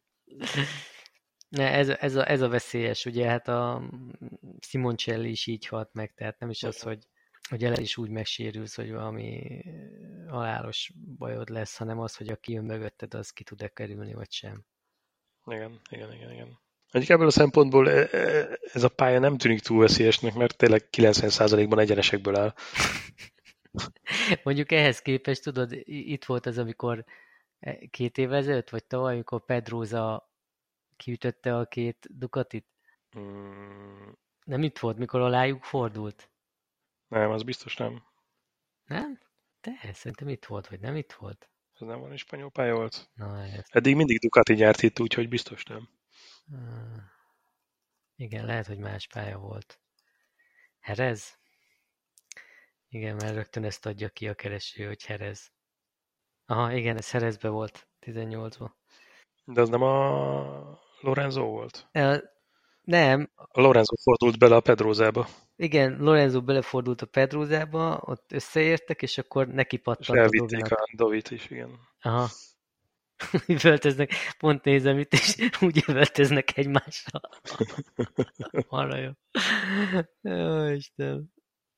Ne, ez, ez, a, ez a veszélyes, ugye, hát a Simoncelli is így halt meg, tehát nem is az, hogy, hogy ele is úgy megsérülsz, hogy valami halálos bajod lesz, hanem az, hogy aki jön mögötted, az ki tud-e kerülni, vagy sem. Igen, igen, igen, igen. Egyik ebből a szempontból ez a pálya nem tűnik túl veszélyesnek, mert tényleg kilencven százalékban egyenesekből áll. Mondjuk ehhez képest, tudod, itt volt az, amikor két évvel ezelőtt, vagy tavaly, amikor Pedrosa kiütötte a két Ducatit? Hmm. Nem itt volt, mikor alájuk fordult? Nem, az biztos nem. Nem? De, szerintem itt volt, vagy nem itt volt? Ez nem van spanyol pálya volt? Na, ezt... Eddig mindig Ducati nyert itt, úgyhogy biztos nem. Uh, igen, lehet, hogy más pálya volt. Herez? Igen, mert rögtön ezt adja ki a kereső, hogy Herez. Aha, igen, ez Herezbe volt, tizennyolcban. De az nem a Lorenzo volt? Uh, nem. A Lorenzo fordult bele a Pedrosába. Igen, Lorenzo belefordult a Pedrosába, ott összeértek, és akkor neki pattant és a Dovinak. a Dovit is, igen. Aha. Üvöltöznek, pont nézem itt, és úgy üvöltöznek egymásra. Arra jó. Jó, Istenem.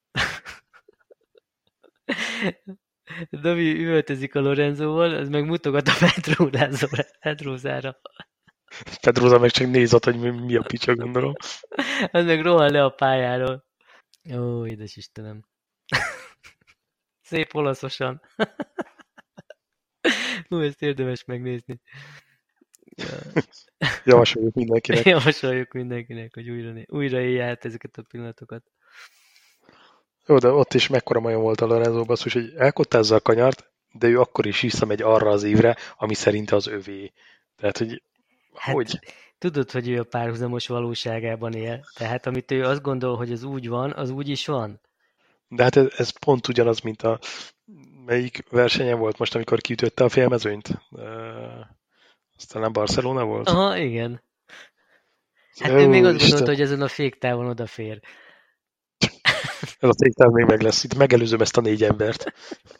Davi üvöltözik a Lorenzóval, az meg mutogat a Pedrózára. Pedrosa meg csak néz ott, hogy mi, mi a picsa, gondolom. Az meg rohan le a pályáról. Ó, édes Istenem. Szép olaszosan. Hú, ezt érdemes megnézni. Ja. Javasoljuk mindenkinek. Javasoljuk mindenkinek, hogy újra, újra élj át ezeket a pillanatokat. Jó, de ott is mekkora majom volt a Lorenzo basszus, hogy elkottázza a kanyart, de ő akkor is visszamegy arra az évre, ami szerinte az övé. Tehát, hogy hát, hogy? Tudod, hogy ő a párhuzamos valóságában él. Tehát, amit ő azt gondol, hogy az úgy van, az úgy is van. De hát ez, ez pont ugyanaz, mint a melyik versenyen volt most, amikor kiütötte a félmezőnyt? Uh, aztán nem Barcelona volt? Aha, igen. Hát Ó, ő még azt Isten. gondolta, hogy ezen a féktávon odafér. Ez a féktáv még meg lesz. Itt megelőzöm ezt a négy embert.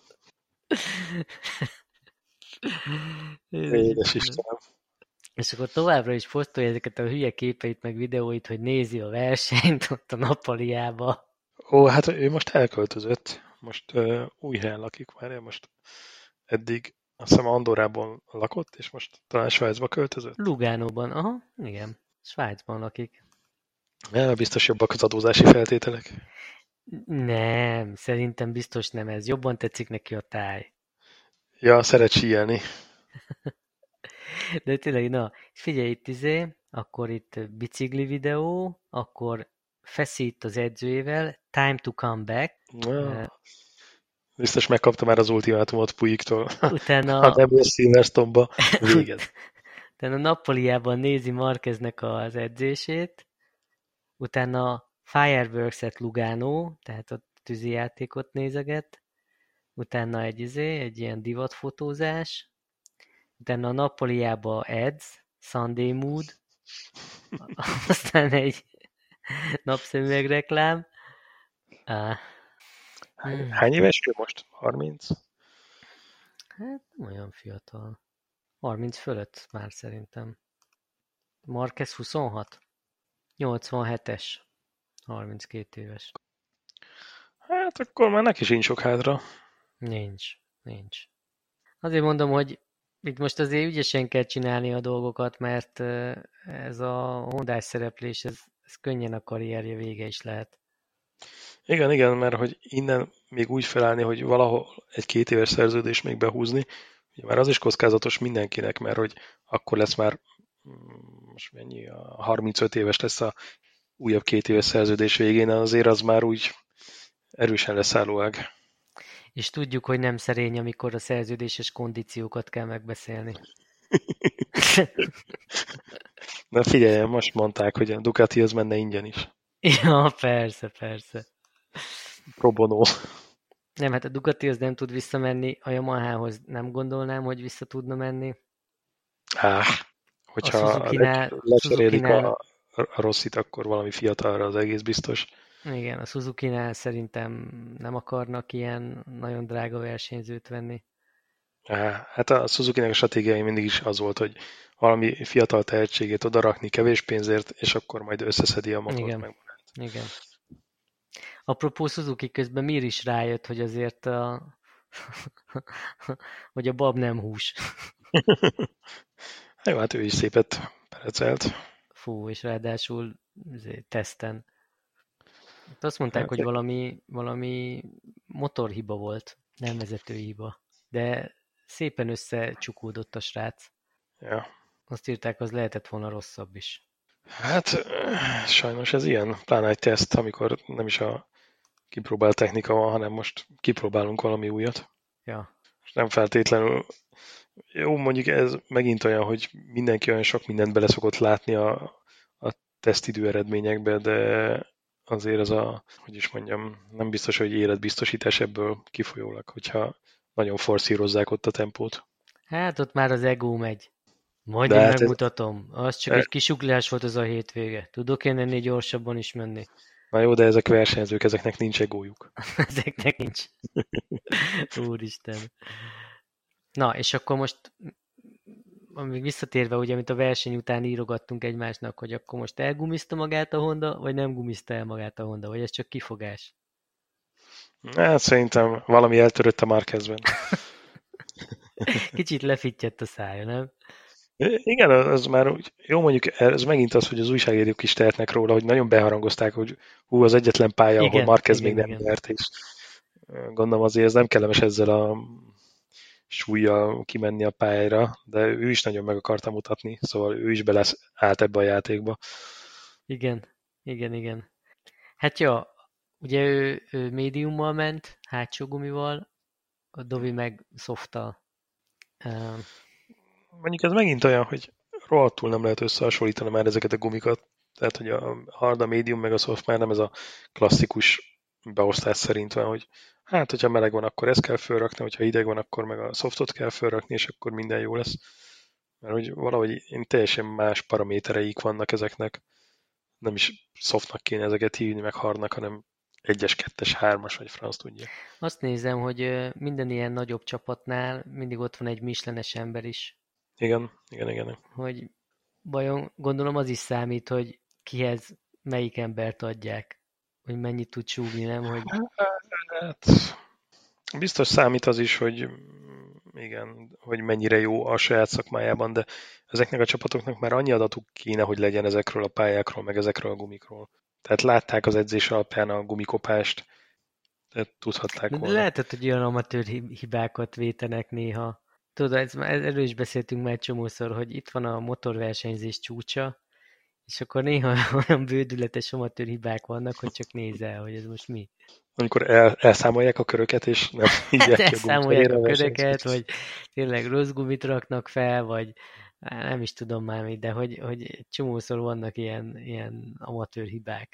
Édes Istenem. És akkor továbbra is posztolja ezeket a hülye képeit, meg videóit, hogy nézi a versenyt ott a nappaliába. Ó, hát ő most elköltözött. Most uh, új helyen lakik már, most eddig azt hiszem Andorrában lakott, és most talán Svájcba költözött. Lugánóban, aha, igen. Svájcban lakik. Ja, biztos jobbak az adózási feltételek. Nem, szerintem biztos nem ez. Jobban tetszik neki a táj. Ja, szeret síelni. De tényleg, na, figyelj itt izé, akkor itt bicikli videó, akkor feszít az edzőjével, time to come back, Ja, biztos megkapta már az ultimátumot Puiktól. Ha utána, nem lesz Silverstone-ba, véged. utána Napoliában nézi Marqueznek az edzését, utána Fireworks-et Lugano, tehát a tűzijátékot nézeget, utána egy izé, egy ilyen divatfotózás, utána a Napoliába edz, Sunday Mood, aztán egy napszemüveg reklám. Ah, Hány, hmm, hány éves ő most? harminc? hát nem olyan fiatal. harminc fölött már szerintem. Marquez huszonhat? nyolcvanhetes. harminckét éves. Hát akkor már neki sincs sok hátra. Nincs, nincs. Azért mondom, hogy itt most azért ügyesen kell csinálni a dolgokat, mert ez a Hondás szereplés, ez, ez könnyen a karrierje vége is lehet. Igen, igen, mert hogy innen még úgy felállni, hogy valahol egy két éves szerződést még behúzni, ugye már az is kockázatos mindenkinek, mert hogy akkor lesz már, most mennyi, a harmincöt éves lesz a újabb két éves szerződés végén, azért az már úgy erősen leszállóág. És tudjuk, hogy nem szerény, amikor a szerződéses kondíciókat kell megbeszélni. Na figyelj, most mondták, hogy a Ducati az menne ingyen is. Ja, persze, persze. Pro bono. Nem, hát a Ducati az nem tud visszamenni, a Yamahához nem gondolnám, hogy vissza tudna menni. Há, A hogyha Suzuki-nál, lecserélik Suzuki-nál, a, a Rossit, akkor valami fiatalra az egész biztos. igen, a Suzuki-nál szerintem nem akarnak ilyen nagyon drága versenyzőt venni. Há, hát a Suzuki-nek a stratégiai mindig is az volt, hogy valami fiatal tehetségét odarakni kevés pénzért, és akkor majd összeszedi a motort Igen, meg. igen. Apropó Suzuki, közben Mir is rájött, hogy azért a, hogy a bab nem hús. Jó, hát ő is szépet perecelt. Fú, és ráadásul izé, teszten. Hát azt mondták, Hát, hogy valami, valami motorhiba volt, nem vezetői hiba. De szépen összecsukódott a srác. ja. Azt írták, az lehetett volna rosszabb is. Hát sajnos ez ilyen, pláne egy teszt, amikor nem is a kipróbált technika van, hanem most kipróbálunk valami újat. Ja, És nem feltétlenül, jó, mondjuk ez megint olyan, hogy mindenki olyan sok mindent bele szokott látni a, a tesztidő eredményekbe, de azért az a, hogy is mondjam, nem biztos, hogy életbiztosítás ebből kifolyólag, hogyha nagyon forszírozzák ott a tempót. hát ott már az ego megy. Majd De én hát ez, megmutatom. Az csak egy kisuklás volt az a hétvége. Tudok én ennél gyorsabban is menni. na jó, de ezek versenyzők, ezeknek nincs egójuk. Ezeknek nincs. Úristen. Na, és akkor most még visszatérve, ugye, amit a verseny után írogattunk egymásnak, hogy akkor most elgumizta magát a Honda, vagy nem gumizta el magát a Honda, vagy ez csak kifogás? Hát szerintem valami eltörött a Marquezben. Kicsit lefittyett a szája, nem? Igen, az már úgy, jó mondjuk, ez megint az, hogy az újságírók is tehetnek róla, hogy nagyon beharangozták, hogy hú, az egyetlen pálya, ahol Igen, Marquez még igen, nem igen. nyert, és gondolom azért ez nem kellemes ezzel a súlyjal kimenni a pályára, de ő is nagyon meg akarta mutatni, szóval ő is beleállt ebbe a játékba. Igen, igen, igen. Hát ja, ugye ő, ő médiummal ment, hátsó gumival, a Dovi meg softal. Uh, Mondjuk ez megint olyan, hogy rohadtul nem lehet összehasonlítani már ezeket a gumikat, tehát hogy a hard, a medium meg a soft már nem ez a klasszikus beosztás szerint van, hogy hát, hogyha meleg van, akkor ezt kell fölrakni, hogyha hideg van, akkor meg a softot kell fölrakni, és akkor minden jó lesz. Mert hogy valahogy én teljesen más paramétereik vannak ezeknek. Nem is softnak kéne ezeket hívni, meg hardnak, hanem egyes, kettes, hármas, vagy franc tudja. Azt nézem, hogy ö, minden ilyen nagyobb csapatnál mindig ott van egy Michelenes ember is, Igen, igen, igen. hogy vajon gondolom az is számít, hogy kihez melyik embert adják. hogy mennyit tud súgni, nem? Hogy Hát, biztos számít az is, hogy igen, hogy mennyire jó a saját szakmájában, de ezeknek a csapatoknak már annyi adatuk kéne, hogy legyen ezekről a pályákról, meg ezekről a gumikról. Tehát látták az edzés alapján a gumikopást, tehát tudhatták de volna. lehetett, hogy olyan amatőr hibákat vétenek néha. Tudod, ez, erről is beszéltünk már egy csomószor, hogy itt van a motorversenyzés csúcsa, és akkor néha olyan bődületes amatőr hibák vannak, hogy csak nézel, hogy ez most mi. Amikor el, elszámolják a köröket, és nem Hát hívják ki a gumit elszámolják helyére a a köröket, versenyzőt. vagy tényleg rossz gumit raknak fel, vagy á, nem is tudom már mit, de hogy, hogy csomószor vannak ilyen, ilyen amatőr hibák.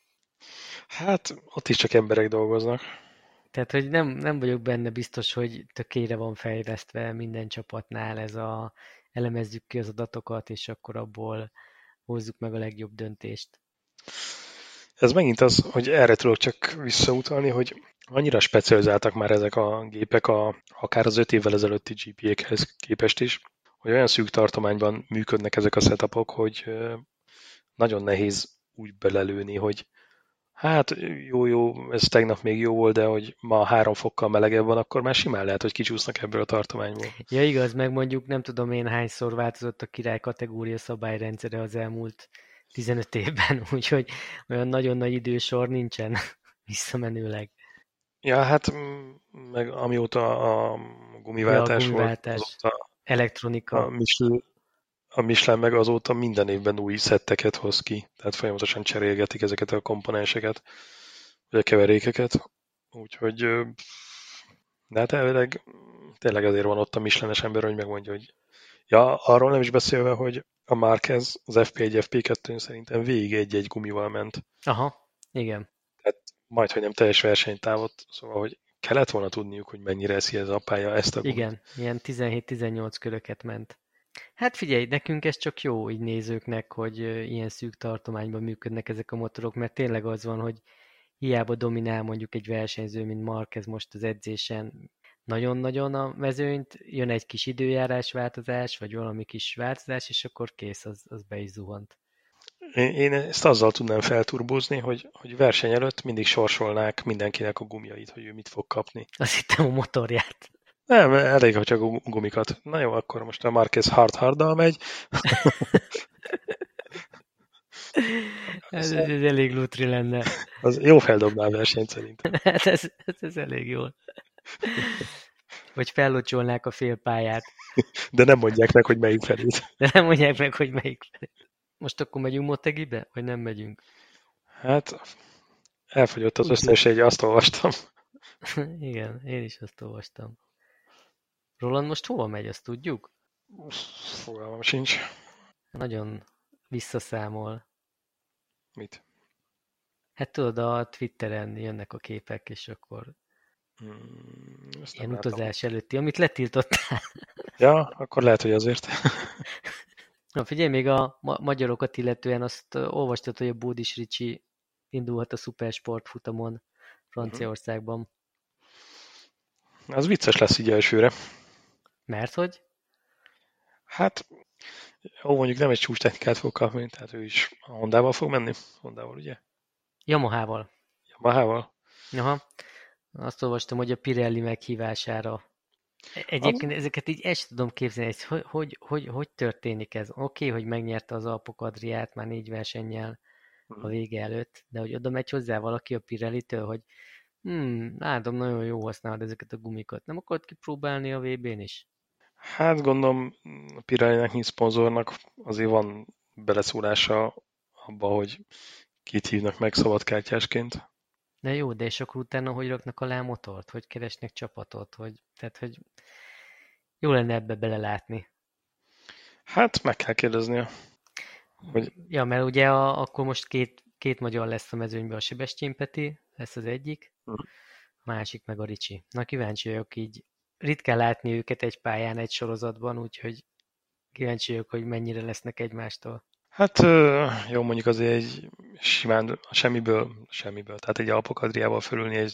Hát, ott is csak emberek dolgoznak. Tehát, hogy nem, nem vagyok benne biztos, hogy tökére van fejlesztve minden csapatnál ez a elemezzük ki az adatokat, és akkor abból hozzuk meg a legjobb döntést. Ez megint az, hogy erre tudok csak visszautalni, hogy annyira specializáltak már ezek a gépek, a, akár az öt évvel ezelőtti gé pé á-khez képest is, hogy olyan szűk tartományban működnek ezek a setupok, hogy nagyon nehéz úgy belelőni, hogy hát jó, jó, ez tegnap még jó volt, de hogy ma három fokkal melegebb van, akkor már simán lehet, hogy kicsúsznak ebből a tartományból. Ja igaz, meg mondjuk nem tudom én hányszor változott a király kategória szabályrendszere az elmúlt tizenöt évben, úgyhogy olyan nagyon nagy idősor nincsen visszamenőleg. Ja, hát mm, meg amióta a Ja, a gumiváltás volt, gumiváltás, azóta a elektronika, Michelin, a Michelin meg azóta minden évben új szetteket hoz ki, tehát folyamatosan cserélgetik ezeket a komponenseket, vagy a keverékeket, úgyhogy ö, de hát elvileg tényleg azért van ott a Michelin-es ember, hogy megmondja, hogy ja, arról nem is beszélve, hogy a Marquez az ef pé egy, ef pé kettő szerintem végig egy-egy gumival ment. aha, igen, Tehát majd, hogy nem teljes versenytávot, szóval, hogy kellett volna tudniuk, hogy mennyire eszi ez a pálya ezt a gumit. igen, ilyen tizenhét-tizennyolc köröket ment. Hát figyelj, nekünk ez csak jó így nézőknek, hogy ö, ilyen szűk tartományban működnek ezek a motorok, mert tényleg az van, hogy hiába dominál mondjuk egy versenyző, mint Marquez most az edzésen nagyon-nagyon a mezőnyt, jön egy kis időjárásváltozás, vagy valami kis változás, és akkor kész, az, az be is zuhant. Én, én ezt azzal tudnám felturbózni, hogy, hogy verseny előtt mindig sorsolnák mindenkinek a gumiait, hogy ő mit fog kapni. Azt hittem a motorját. Nem, elég, ha csak a gumikat. Na jó, akkor most a Marquez hard harddal megy. Ez, Az, ez, ez elég lutri lenne. az jó feldobná a versenyt szerintem. Hát ez, ez, ez elég jó. Vagy fellocsolnák a félpályát. De nem mondják meg, hogy melyik felét. De nem mondják meg, hogy melyik felé. Most akkor megyünk Motegibe? Vagy nem megyünk? Hát elfogyott az Tudjuk. összes egy, azt olvastam. Igen, én is azt olvastam. Roland most hova megy, azt tudjuk? Fogalmam sincs. Nagyon visszaszámol. Mit? Hát tudod, a Twitteren jönnek a képek, és akkor Hmm, ezt nem ilyen látom. utazás előtti, amit letiltottál. Ja, akkor lehet, hogy azért. Na figyelj, még a ma- magyarokat illetően azt ö, olvastad, hogy a Bódis Ricsi indulhat a Supersport futamon Franciaországban. Az vicces lesz így elsőre. Mert hogy? Hát, ó, mondjuk nem egy csúcs technikát fog kapni, tehát ő is a Hondával fog menni. Hondával, ugye? Yamahával. Yamahával. Aha. Azt olvastam, hogy a Pirelli meghívására. E- Az, Egyébként ezeket így el sem tudom képzelni, hogy hogy, hogy, hogy, hogy történik ez. Oké, okay, hogy megnyerte az Alpok Adriát már négy versennyel a vége előtt, de hogy oda megy hozzá valaki a Pirelli-től, hogy hmm, látom, nagyon jó használod ezeket a gumikat. Nem akarod kipróbálni a vé bén is? hát gondolom a Pirelli-nek, mint szponzornak azért van beleszólása abba, hogy kit hívnak meg szabadkártyásként. De jó, de és akkor utána hogy raknak alá motort? Hogy keresnek csapatot? Hogy, tehát, hogy jó lenne ebbe belelátni. Hát meg kell kérdeznie, hogy Ja, mert ugye a, akkor most két, két magyar lesz a mezőnyben, a Sebestyén Peti lesz az egyik, a másik meg a Ricsi. Na kíváncsi vagyok így. Ritkán látni őket egy pályán, egy sorozatban, úgyhogy kíváncsi vagyok, hogy mennyire lesznek egymástól. hát ö, jó, mondjuk azért egy simán a semmiből, semmiből, tehát egy Alpok Adriával fölülni egy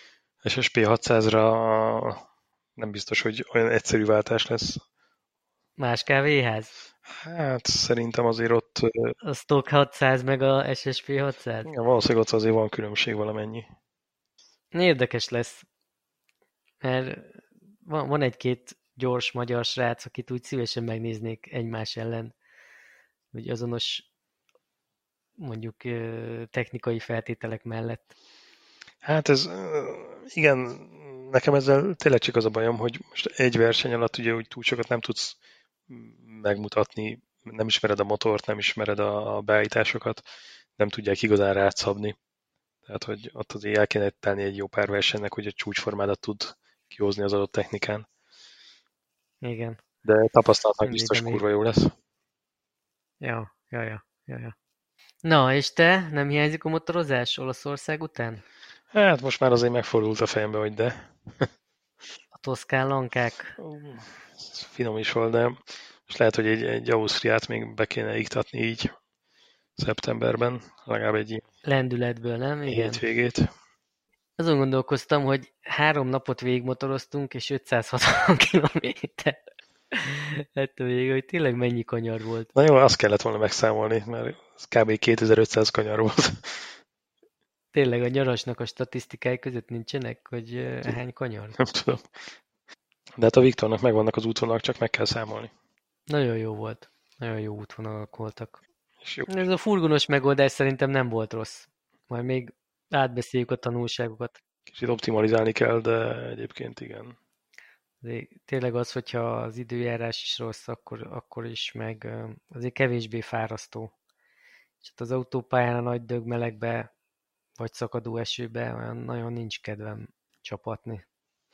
es es pé hatszázra nem biztos, hogy olyan egyszerű váltás lesz. Más kávéház? Hát szerintem azért ott, A Stock hatszáz meg a es es pé hatszáz? ja, valószínűleg ott azért van különbség valamennyi. Érdekes lesz, mert van, van egy-két gyors magyar srác, akit úgy szívesen megnéznék egymás ellen, hogy azonos mondjuk technikai feltételek mellett. Hát ez, igen, nekem ezzel tényleg csak az a bajom, hogy most egy verseny alatt ugye úgy túl sokat nem tudsz megmutatni, nem ismered a motort, nem ismered a beállításokat, nem tudják igazán rátszabni. Tehát, hogy ott azért el kéne tenni egy jó pár versenynek, hogy a csúcsformádat tud kihozni az adott technikán. Igen. De tapasztalatnak Nem biztos de még... kurva jó lesz. Ja, ja, ja, ja, ja. Na, és te? Nem hiányzik a motorozás Olaszország után? Hát most már azért megfordult a fejembe, hogy de. A toszkán lankák? Ez finom is volt, de most lehet, hogy egy, egy Ausztriát még be kéne iktatni így szeptemberben, legalább egy Lendületből, nem? Igen. hétvégét. Azon gondolkoztam, hogy három napot végigmotoroztunk, és ötszázhatvan kilométer. Hát a vége, hogy tényleg mennyi kanyar volt. Na jó, azt kellett volna megszámolni, mert ez kb. kétezer-ötszáz kanyar volt. Tényleg a nyarasnak a statisztikái között nincsenek, hogy uh, hány kanyar? Nem tudom. De hát a Viktornak megvannak az útvonalak, csak meg kell számolni. Nagyon jó volt. Nagyon jó útvonalak voltak. És jó. Ez a furgonos megoldás szerintem nem volt rossz. Majd még átbeszéljük a tanulságokat. Kicsit optimalizálni kell, de egyébként igen. De tényleg az, hogyha az időjárás is rossz, akkor, akkor is meg azért kevésbé fárasztó. És hát az autópályán a nagy dögmelegbe, vagy szakadó esőbe olyan nagyon nincs kedvem csapatni.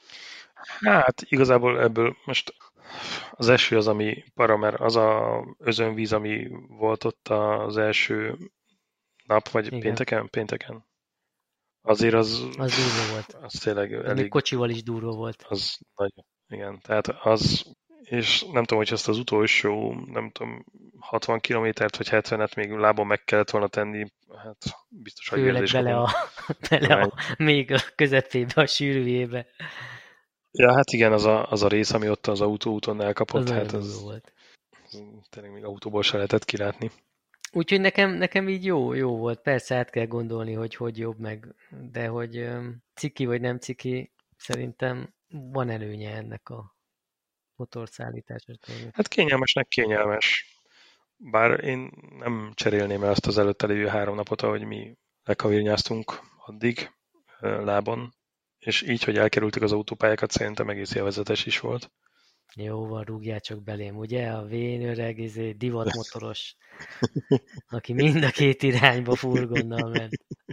Hát igazából ebből most az eső az, ami para, mert az a özönvíz, ami volt ott az első nap, vagy Igen. pénteken? Pénteken. Azért az... Az durva volt. Az tényleg Az elég... még kocsival is durva volt. Az nagyon... Igen, tehát az... És nem tudom, hogy ezt az utolsó, nem tudom, hatvan kilométert vagy hetvenet még lábon meg kellett volna tenni, hát biztos, hogy Főleg bele a, bele a, még a közepébe, a sűrűjébe. Ja, hát igen, az a, az a rész, ami ott az autóúton elkapott, az hát az, volt. az tényleg még autóból se lehetett kilátni. Úgyhogy nekem, nekem így jó, jó volt. Persze át kell gondolni, hogy hogy jobb meg, de hogy um, ciki vagy nem ciki, szerintem van előnye ennek a motorszállításos dolgok. Hát kényelmesnek kényelmes. Bár én nem cserélném el azt az előtte lévő három napot, ahogy mi lekavirnyáztunk addig lábon, és így, hogy elkerültük az autópályákat, szerintem egész élvezetes is volt. Jó van, rúgjál csak belém, ugye? A vén öreg, izé, divatmotoros, aki mind a két irányba furgonnal ment.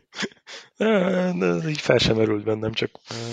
De így fel sem merült bennem, csak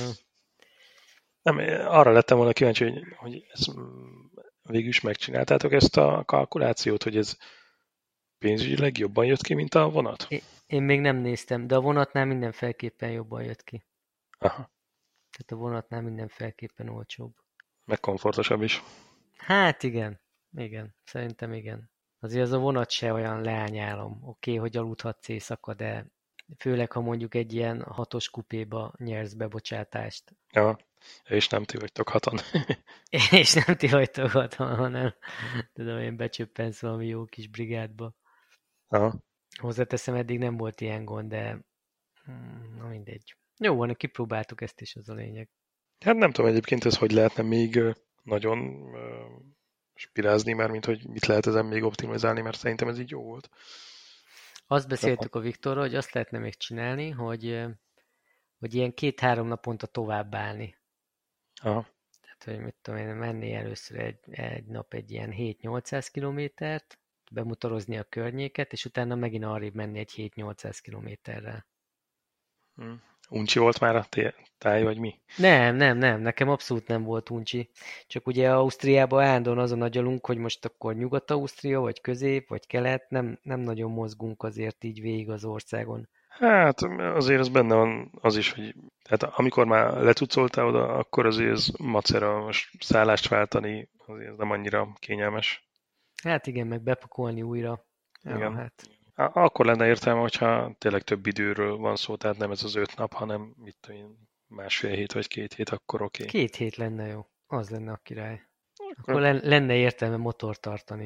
nem, arra lettem volna kíváncsi, hogy, hogy ezt végül is megcsináltátok ezt a kalkulációt, hogy ez pénzügyileg jobban jött ki, mint a vonat? Én, én még nem néztem, de a vonatnál mindenféleképpen jobban jött ki. Aha. Tehát a vonatnál mindenféleképpen olcsóbb. Meg komfortosabb is. Hát igen, igen, szerintem igen. Azért az a vonat se olyan leányálom. Oké, okay, hogy aludhatsz éjszaka, de főleg, ha mondjuk egy ilyen hatos kupéba nyersz bebocsátást. Ja, és nem ti vagytok hatan. És nem ti vagytok hatan, hanem tudom, én becsöppensz valami jó kis brigádba. Aha. Hozzáteszem, eddig nem volt ilyen gond, de na mindegy. Jó van, kipróbáltuk ezt is, az a lényeg. Hát nem tudom egyébként ez, hogy lehetne még nagyon uh, spirázni, mert mint hogy mit lehet ezen még optimalizálni, mert szerintem ez így jó volt. Azt beszéltük a Viktorral, hogy azt lehetne még csinálni, hogy, hogy ilyen két-három naponta tovább állni. Aha. Tehát, hogy mit tudom én, menni először egy, egy nap egy ilyen hét-nyolcszáz kilométert, bemotorozni a környéket, és utána megint arrébb menni egy hét-nyolcszáz kilométerrel. Hmm. Uncsi volt már a táj, vagy mi? Nem, nem, nem, nekem abszolút nem volt uncsi. Csak ugye Ausztriában állandóan azon agyalunk, hogy most akkor Nyugat-Ausztria, vagy Közép, vagy Kelet, nem, nem nagyon mozgunk azért így végig az országon. Hát azért az benne van az is, hogy tehát amikor már letucoltál oda, akkor azért ez macera, most szállást váltani, azért ez nem annyira kényelmes. Hát igen, meg bepakolni újra. Ja, Igen. hát. Akkor lenne értelme, hogyha tényleg több időről van szó, tehát nem ez az öt nap, hanem mit tudom én, másfél hét vagy két hét, akkor oké. Okay. Két hét lenne jó. Az lenne a király. Akkor lenne értelme motor tartani.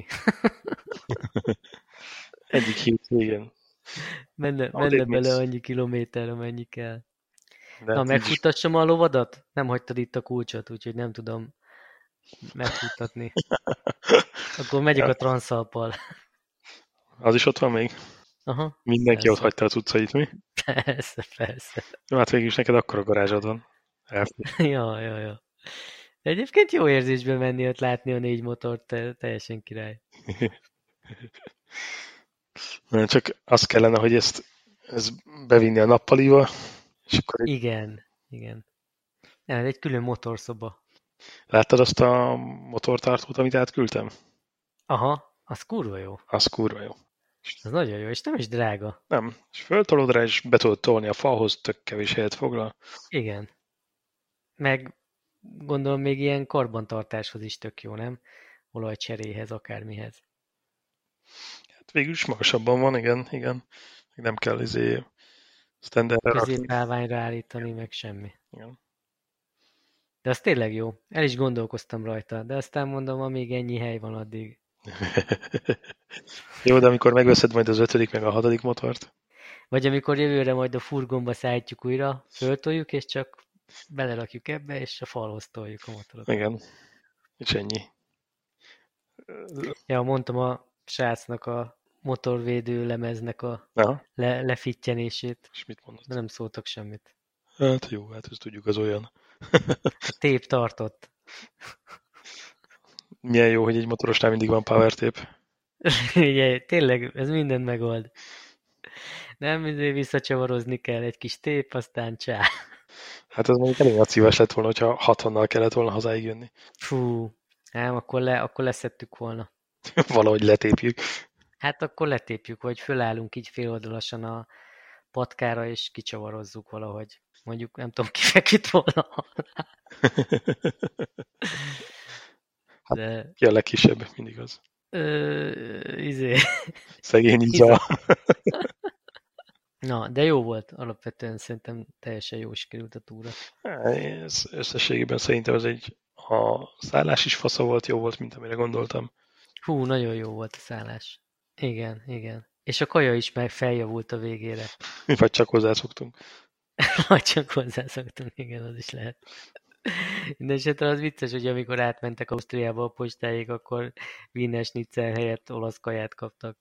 Egyik hétvégén. Menne, Outtake menne bele mix. annyi kilométerre, mennyi kell. De Na, hát így is. megfuttassam a lovadat? Nem hagytad itt a kulcsot, úgyhogy nem tudom megfuttatni. Akkor megyek Ja, a transzalppal. az is ott van még? Aha, Mindenki ott persze. hagyta a cuccait, mi? Persze, persze. Jó, hát végül is neked akkora garázsod van. Elfér. Ja, ja, ja. De egyébként jó érzésbe menni ott látni a négy motort, te, teljesen király. Na, csak az kellene, hogy ezt, ezt bevinni a nappaliba, és akkor egy, Igen, igen. Ja, egy külön motorszoba. láttad azt a motortartót, amit átküldtem? Aha, az kurva jó. Az kurva jó. Az nagyon jó, és nem is drága. Nem, és föltolod rá, és be tudod tolni a falhoz, tök kevés helyet foglal. Igen. Meg gondolom még ilyen karbantartáshoz is tök jó, nem? Olajcseréhez, akármihez. Hát végül is magasabban van, igen, igen. Nem kell izé standardre rakni. Középállványra állítani, meg semmi. Igen. De az tényleg jó. El is gondolkoztam rajta, de aztán mondom, amíg ennyi hely van addig. Jó, de amikor megveszed majd az ötödik meg a hatodik motort, Vagy amikor jövőre majd a furgonba szállítjuk újra, föltoljuk, és csak belerakjuk ebbe, és a falhoz toljuk a motorot. igen, és ennyi. Ja, mondtam a srácnak a motorvédő lemeznek a Aha, le, lefittyenését, és mit mondod? de nem szóltak semmit. Hát jó, hát ezt tudjuk, az olyan. A tép tartott. Milyen jó, hogy egy motorosnál mindig van power tape. Ugye, tényleg, ez mindent megold. Nem, azért visszacsavarozni kell egy kis tép, aztán csá. Hát ez mondjuk elég nagy szívás lett volna, hogyha hatvannal kellett volna hazáig jönni. Fú, nem, akkor, le, akkor leszettük volna. Valahogy letépjük. Hát akkor letépjük, vagy fölállunk így féloldalasan a patkára, és kicsavarozzuk valahogy. Mondjuk nem tudom, ki feküdt volna. De... Ki a legkisebb, mindig az. Ö, izé. Szegény Iza. Na, de jó volt. Alapvetően szerintem teljesen jó sikerült a túra. Ez összességében szerintem ez egy, a szállás is fasza volt, jó volt, mint amire gondoltam. Hú, nagyon jó volt a szállás. Igen, igen. És a kaja is meg feljavult a végére. Vagy csak hozzászoktunk. Vagy csak hozzászoktunk, igen, az is lehet. Mindenesetre az vicces, hogy amikor átmentek Ausztriába a postáig, akkor Wiener Schnitzel helyett olasz kaját kaptak.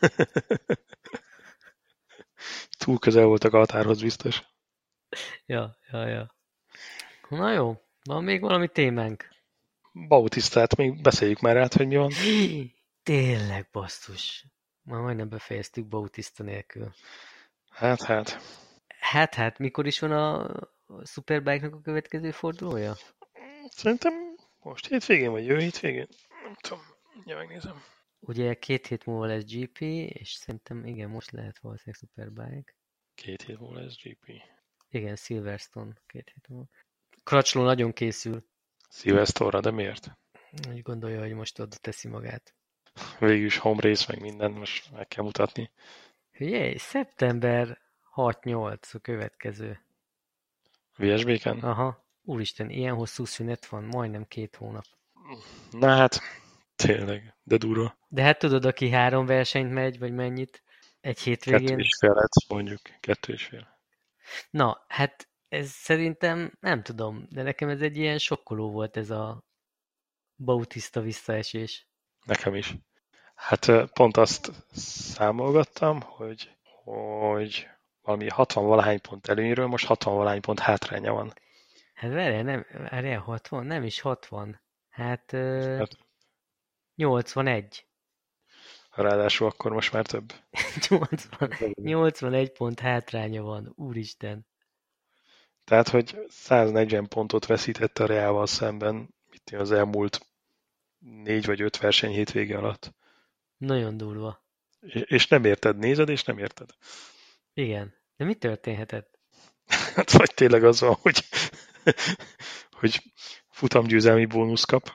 Túl közel voltak a határhoz biztos. Ja, ja, ja. Na jó, van még valami témánk? Bautisztát még beszéljük már át, hogy mi van. Tényleg, basszus. Már majdnem befejeztük Bautista nélkül. Hát, hát. Hát, hát, mikor is van a Superbike-nak a következő fordulója? Szerintem most hétvégén, vagy jövő hétvégén? Nem tudom, ja, megnézem. Ugye két hét múlva lesz gé pé, és szerintem igen, most lehet valószínűleg Superbike. Két hét múlva lesz gé pé. Igen, Silverstone két hét múlva. Crutchlow nagyon készül. Szilvesztorra, de miért? Úgy gondolja, hogy most oda teszi magát. Végül is home race, meg minden, most meg kell mutatni. Hülyé, szeptember hat-nyolc a következő. vé es bé-ken? Aha, úristen, ilyen hosszú szünet van, majdnem két hónap. Na hát, tényleg, de durva. De hát tudod, aki három versenyt megy, vagy mennyit, egy hétvégén. Kettő és fél lett, mondjuk. Kettő és fél. Na, hát ez szerintem, nem tudom, de nekem ez egy ilyen sokkoló volt ez a Bautista visszaesés. Nekem is. Hát pont azt számolgattam, hogy, hogy valami hatvan-valahány pont előnyről most hatvan-valahány pont hátránya van. Hát várjál, nem, várjál, hatvan? Nem is hatvan. Hát, ö, Hát, nyolcvanegy. ráadásul akkor most már több. nyolcvan, nyolcvanegy pont hátránya van, úristen. Tehát, hogy száznegyven pontot veszített a Reával szemben itt az elmúlt négy vagy öt verseny hétvége alatt. Nagyon durva. És nem érted, nézed, és nem érted. Igen. De mi történhetett? Hát vagy tényleg az van, hogy, hogy futamgyőzelmi bónusz kap.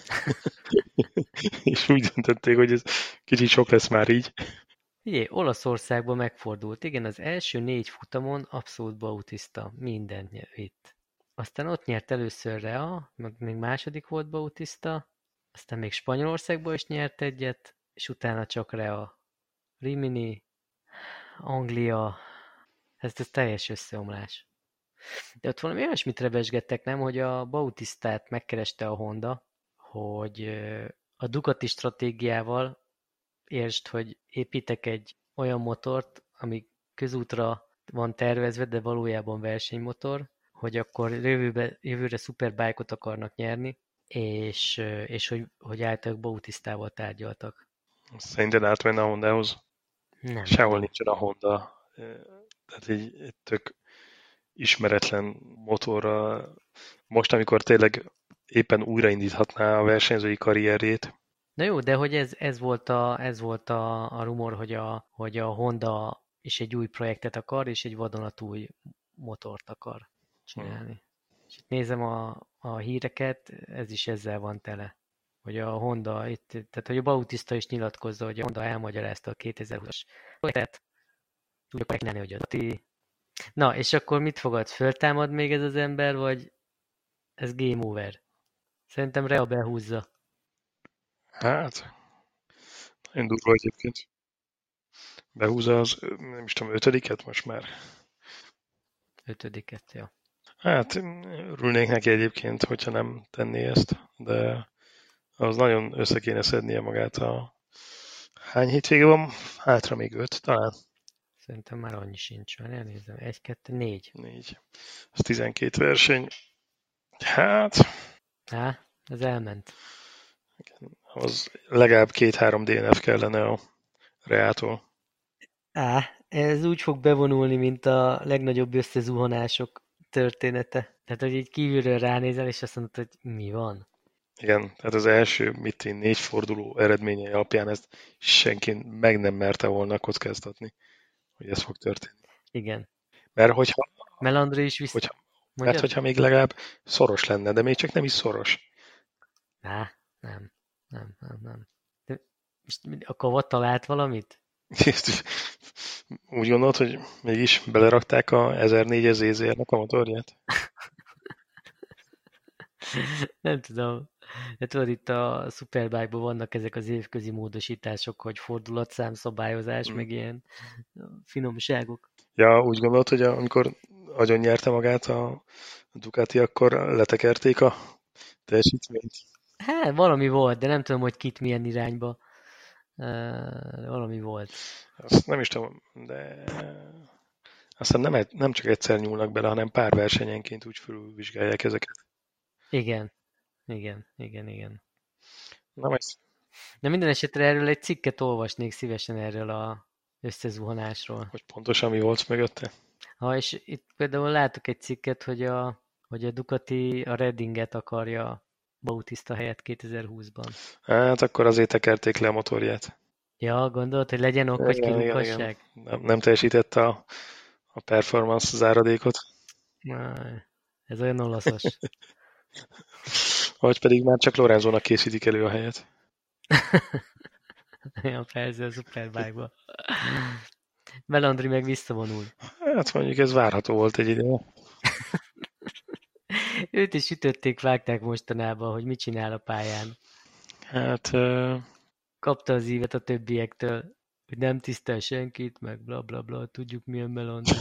És úgy döntötték, hogy ez kicsit sok lesz már így. Ugye, Olaszországban megfordult. Igen, az első négy futamon abszolút Bautista. Mindent vitt. Aztán ott nyert először Rea, meg még második volt Bautista, aztán még Spanyolországból is nyert egyet, és utána csak Rea, Rimini, Anglia, ez, ez teljes összeomlás. De ott valami olyasmit rebesgettek, nem, hogy a Bautistát megkereste a Honda, hogy a Ducati stratégiával értsd, hogy építek egy olyan motort, ami közútra van tervezve, de valójában versenymotor, hogy akkor jövőbe, jövőre szuperbike-ot akarnak nyerni, és, és hogy, hogy általában Bautistával tárgyaltak. Szerinted átmenne a Hondához? Nem Sehol tudom. nincsen a Honda. Tehát egy, egy tök ismeretlen motorra. Most, amikor tényleg éppen újraindíthatná a versenyzői karrierjét. Na jó, de hogy ez, ez volt, a, ez volt a, a rumor, hogy a, hogy a Honda is egy új projektet akar, és egy vadonatúj motort akar csinálni. Hmm. És itt nézem a, a híreket, ez is ezzel van tele. Hogy a Honda, itt, tehát hogy a Bautista is nyilatkozza, hogy a Honda elmagyarázta a kétezer-húszas projektet, úgy akarják csinálni, hogy a ti. Na, és akkor mit fogad? Föltámad még ez az ember, vagy ez game over? Szerintem Rea behúzza. Hát, nagyon durva egyébként. Behúzza az, nem is tudom, ötödiket most már. Ötödiket, jó. Hát, örülnék neki egyébként, hogyha nem tenné ezt, de az nagyon össze kéne szednie magát a... Hány hétvége van? Hátra még öt, talán. Szerintem már annyi sincs, már elnézem. Egy, kettő, négy. Négy. Az tizenkét verseny. Hát... Há, ez elment. Az legalább két-három dé en ef kellene a Reától. Á, ez úgy fog bevonulni, mint a legnagyobb összezuhanások története. Tehát, hogy így kívülről ránézel, és azt mondod, hogy mi van? Igen, tehát az első, mit én, négy forduló eredményei alapján ezt senki meg nem merte volna kockáztatni, hogy ez fog történni. Igen. Mert hogyha... Melandri is vissza... Hogyha, mert hogyha még legalább szoros lenne, de még csak nem is szoros. Á, nem. Nem, nem, nem. De most a Kava talált valamit? Úgy gondolod, hogy mégis belerakták a ezernégyes zé zé er-nek a motorját? Nem tudom. De tudod, itt a Superbike-ban vannak ezek az évközi módosítások, hogy fordulatszám szabályozás, mm. meg ilyen finomságok. Ja, úgy gondolod, hogy amikor agyon nyerte magát a Ducati, akkor letekerték a teljesítményt? Hát, valami volt, de nem tudom, hogy kit milyen irányba. Uh, valami volt. Azt nem is tudom, de aztán nem, nem csak egyszer nyúlnak bele, hanem pár versenyenként úgy felülvizsgálják ezeket. Igen, igen, igen, igen. Na, ez... De minden esetre erről egy cikket olvasnék szívesen erről a összezuhanásról. Hogy pontosan mi volt mögötte? Ha, és itt például látok egy cikket, hogy a, hogy a Ducati a Reddinget akarja Bautista helyett kétezer-húszban. Hát akkor azért tekerték le a motorját. Ja, gondolod, hogy legyen ok, hogy kirúghassák? Nem, nem teljesítette a, a performance záradékot. Na, ez olyan olaszos. Vagy pedig már csak Lorenzónak készítik elő a helyet. Ja, persze, a Superbike-ba. Melandri meg visszavonul. Hát mondjuk ez várható volt egy ideje. Őt is sütötték, vágták mostanában, hogy mit csinál a pályán. Hát... Uh... Kapta az ívet a többiektől, hogy nem tisztel senkit, meg bla bla bla, tudjuk milyen Melandri.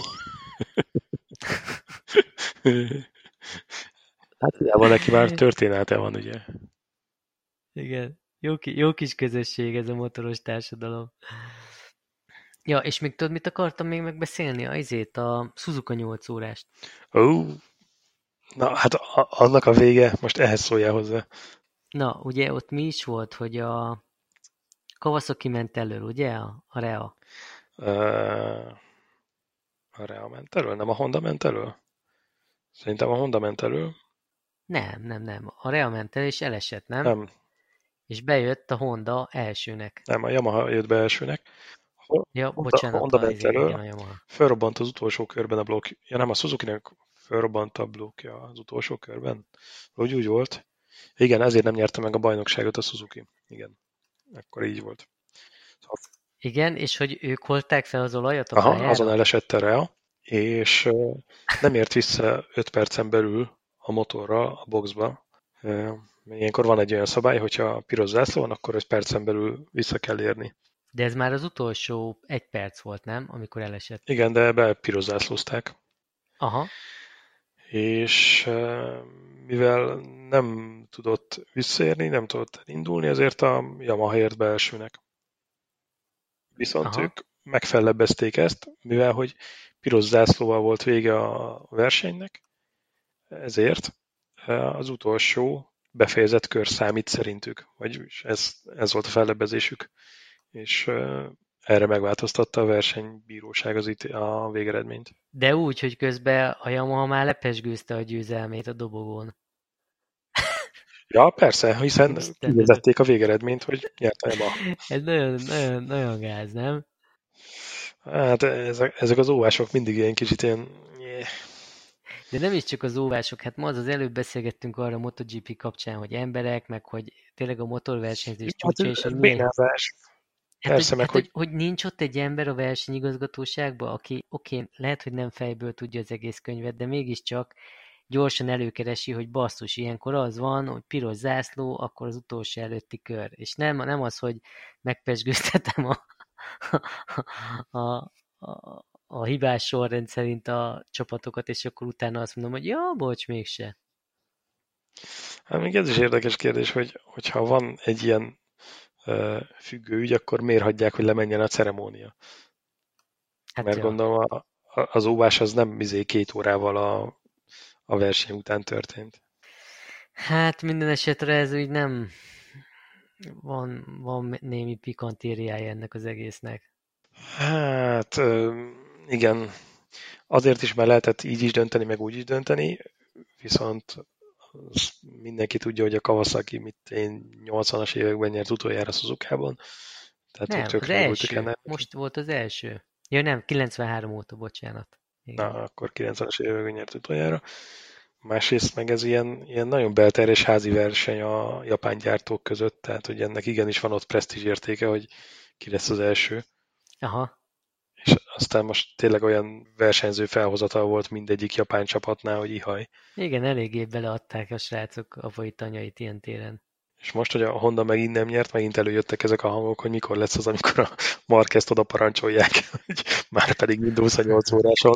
Hát hiába neki már története van, ugye? Igen. Jó, jó kis közösség ez a motoros társadalom. Ja, és még tudod, mit akartam még megbeszélni? A izét, a Suzuka nyolc órást. Ó, uh, na hát a, annak a vége, most ehhez szóljál hozzá. Na, ugye ott mi is volt, hogy a Kawasaki ment elől, ugye? A, a Rea. Uh, a Rea ment elől? Nem a Honda ment elől? Szerintem a Honda ment elől. Nem, nem, nem. A Rea ment elő, és elesett, nem? Nem. És bejött a Honda elsőnek. Nem, a Yamaha jött be elsőnek. Ja, Honda, bocsánat, Honda a, ment elől, igen, a Yamaha. Fölrobbant az utolsó körben a blokk. Ja nem, a Suzuki-nek fölrobbant a blokkja az utolsó körben. Úgy úgy volt. Igen, ezért nem nyerte meg a bajnokságot a Suzuki. Igen, akkor így volt. Szóval... Igen, és hogy ők hozták fel az olajat a Aha, pályára? azon elesett a Rea, és nem ért vissza öt percen belül a motorra a boxba, Ilyenkor van egy olyan szabály, hogyha piros zászló van, akkor egy percen belül vissza kell érni. De ez már az utolsó egy perc volt, nem? Amikor elesett. Igen, de be piros zászlózták. Aha. És mivel nem tudott visszaérni, nem tudott indulni, ezért a Yamaha ért be elsőnek. Viszont Aha. ők megfellebbezték ezt, mivel hogy piros zászlóval volt vége a versenynek, ezért az utolsó befejezett kör számít szerintük, vagyis ez, ez volt a fellebbezésük, és erre megváltoztatta a versenybíróság az itt a végeredményt. De úgy, hogy közben a Yamaha már lepesgőzte a győzelmét a dobogón. Ja, persze, hiszen kivezették a végeredményt, hogy nyert a Yamaha. Ez nagyon, nagyon, nagyon gáz, nem? Hát ezek, ezek az óvások mindig ilyen kicsit ilyen... De nem is csak az óvások, hát ma az, az előbb beszélgettünk arra a MotoGP kapcsán, hogy emberek, meg hogy tényleg a motorversenyzés csúcsa, hát, és hogy bénázás. Hát, Persze, hogy, meg, hát hogy... hogy nincs ott egy ember a versenyigazgatóságban, aki oké, okay, lehet, hogy nem fejből tudja az egész könyvet, de mégiscsak gyorsan előkeresi, hogy basszus, ilyenkor az van, hogy piros zászló, akkor az utolsó előtti kör. És nem, nem az, hogy megpesgőztetem a, a, a, a, a hibás sorrend szerint a csapatokat, és akkor utána azt mondom, hogy ja, bocs, mégse. Hát még ez is érdekes kérdés, hogy hogyha van egy ilyen függő ügy, akkor miért hagyják, hogy lemenjen a ceremónia? Hát Mert ja. gondolom a, az óvás az nem izé két órával a, a verseny után történt. Hát minden esetre ez úgy nem van, van némi pikantériája ennek az egésznek. Hát igen, azért is, mert lehetett így is dönteni, meg úgy is dönteni, viszont mindenki tudja, hogy a Kawasaki mit én nyolcvanas években nyert utoljára Suzukában. Tehát nem, az első. Ennek. Most volt az első. Ja nem, kilencvenhárom óta, bocsánat. Igen. Na, akkor kilencvenes években nyert utoljára. Másrészt meg ez ilyen, ilyen nagyon belterjes házi verseny a japán gyártók között, tehát hogy ennek igenis van ott presztízs értéke, hogy ki lesz az első. Aha. És aztán most tényleg olyan versenyző felhozatal volt mindegyik japán csapatnál, hogy ihaj. Igen, eléggé beleadták a srácok apai tanyait ilyen téren. És most, hogy a Honda megint nem nyert, megint előjöttek ezek a hangok, hogy mikor lesz az, amikor a Marquezt oda parancsolják, hogy már pedig indulsz a nyolc óráson.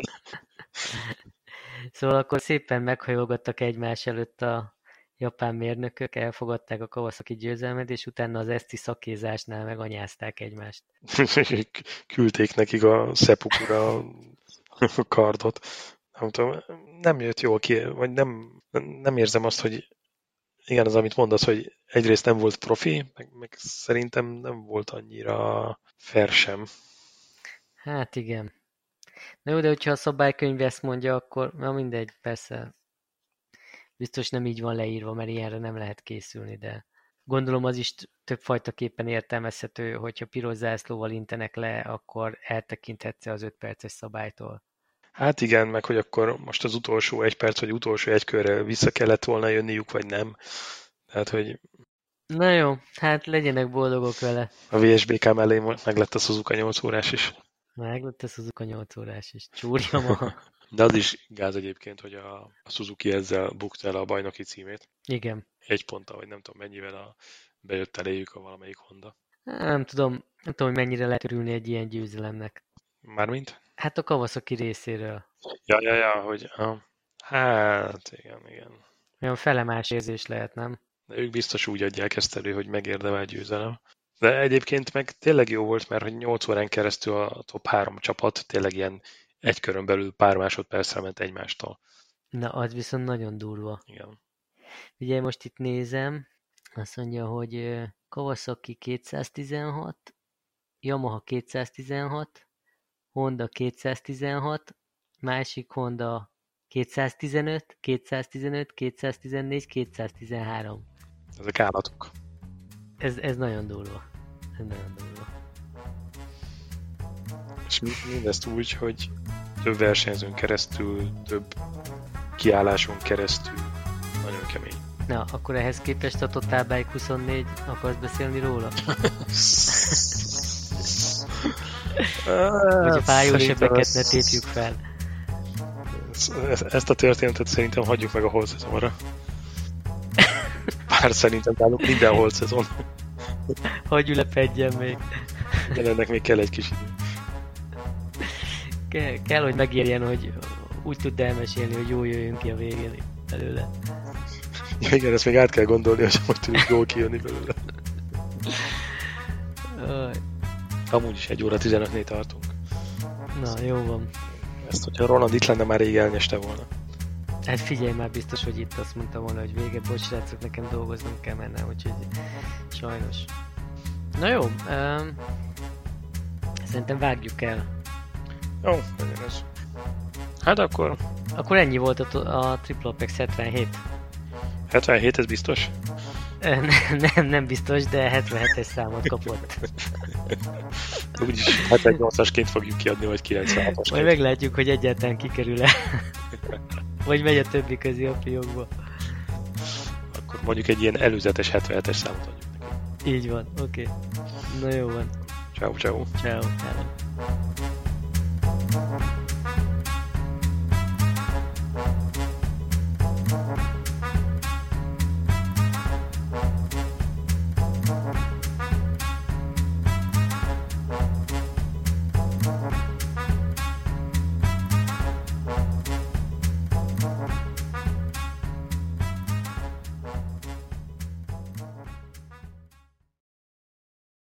Szóval akkor szépen meghajolgattak egymás előtt a japán mérnökök, elfogadták a Kawasaki győzelmet, és utána az eszti szakézásnál meganyázták egymást. Küldték nekik a Sepukura a kardot. Nem tudom, nem jött jól ki, vagy nem, nem érzem azt, hogy igen, az, amit mondasz, hogy egyrészt nem volt profi, meg, meg szerintem nem volt annyira fair sem. Hát igen. Na jó, de hogyha a szabálykönyv ezt mondja, akkor na mindegy, persze. Biztos nem így van leírva, mert ilyenre nem lehet készülni, de gondolom az is többfajtaképpen értelmezhető, hogyha piros zászlóval intenek le, akkor eltekinthetsz az öt perces szabálytól. Hát igen, meg hogy akkor most az utolsó egy perc, vagy utolsó egy körre vissza kellett volna jönniük, vagy nem. Tehát, hogy... Na jó, hát legyenek boldogok vele. A vé es bé ká mellé meg lett a Suzuka nyolc órás is. Meg lett a Suzuka nyolc órás is. Csúrja ma. De az is gáz egyébként, hogy a, a Suzuki ezzel bukta el a bajnoki címét. Igen. Egy ponttal, vagy nem tudom mennyivel a, bejött eléjük a valamelyik Honda. Nem tudom, nem tudom, hogy mennyire lehet örülni egy ilyen győzelemnek. Mármint? Hát a Kawasaki részéről. Ja, ja, ja, hogy... Ah, hát, igen, igen. Olyan felemás érzés lehet, nem? De ők biztos úgy adják ezt elő, hogy megérdemel győzelem. De egyébként meg tényleg jó volt, mert hogy nyolc órán keresztül a top három csapat tényleg ilyen egy körön belül pár másodpercre ment egymástól. Na, az viszont nagyon durva. Igen. Ugye most itt nézem, azt mondja, hogy Kawasaki kétszáztizenhat, Yamaha kétszáztizenhat, Honda kétszáztizenhat, másik Honda kétszáztizenöt, kétszáztizenöt, kétszáztizennégy, kétszáztizenhárom. Ezek állatok. Ez, ez nagyon durva. Ez nagyon durva. És mindezt úgy, hogy több versenyzőn keresztül, több kiálláson keresztül. Nagyon kemény. Na, akkor ehhez képest a Total Bike huszonnégy, akarsz beszélni róla? Hogy a fájósebeket ne tépjük fel. Ezt a történetet szerintem hagyjuk meg a holszezonra. Bár szerintem nálunk mindenhol szezon. Hogy ülepedjen még. De ennek még kell egy kis idő. Ke- kell, hogy megérjen, hogy úgy tud elmesélni, hogy jól jöjjünk ki a végén előle. Ja, igen, ezt még át kell gondolni, hogy hogy tudjuk jól kijönni belőle. Aj. Amúgy is egy óra tizenötnél tartunk. Na, jó van. Ezt, hogyha Roland itt lenne, már rég elnyeste volna. Hát figyelj már, biztos, hogy itt azt mondta volna, hogy vége, bocs, srácok, nekem dolgoznom kell mennem, úgyhogy sajnos. Na jó, um, szerintem vágjuk el. Jó, legyen ez. Hát akkor... Akkor ennyi volt a, a Triple Apex hetvenhét. hetvenhét, ez biztos? Nem, nem, nem biztos, de hetvenhetes számot kapott. Úgyis hetvennyolcasként fogjuk kiadni, vagy kilencvenhatosként. Majd meglátjuk, hogy egyáltalán kikerül-e. Vagy megy a többi közé a fiókba. Akkor mondjuk egy ilyen előzetes hetvenhetes számot adjuk neki. Így van, oké. Okay. Na jó van. Ciao, ciao. Ciao. Ciao.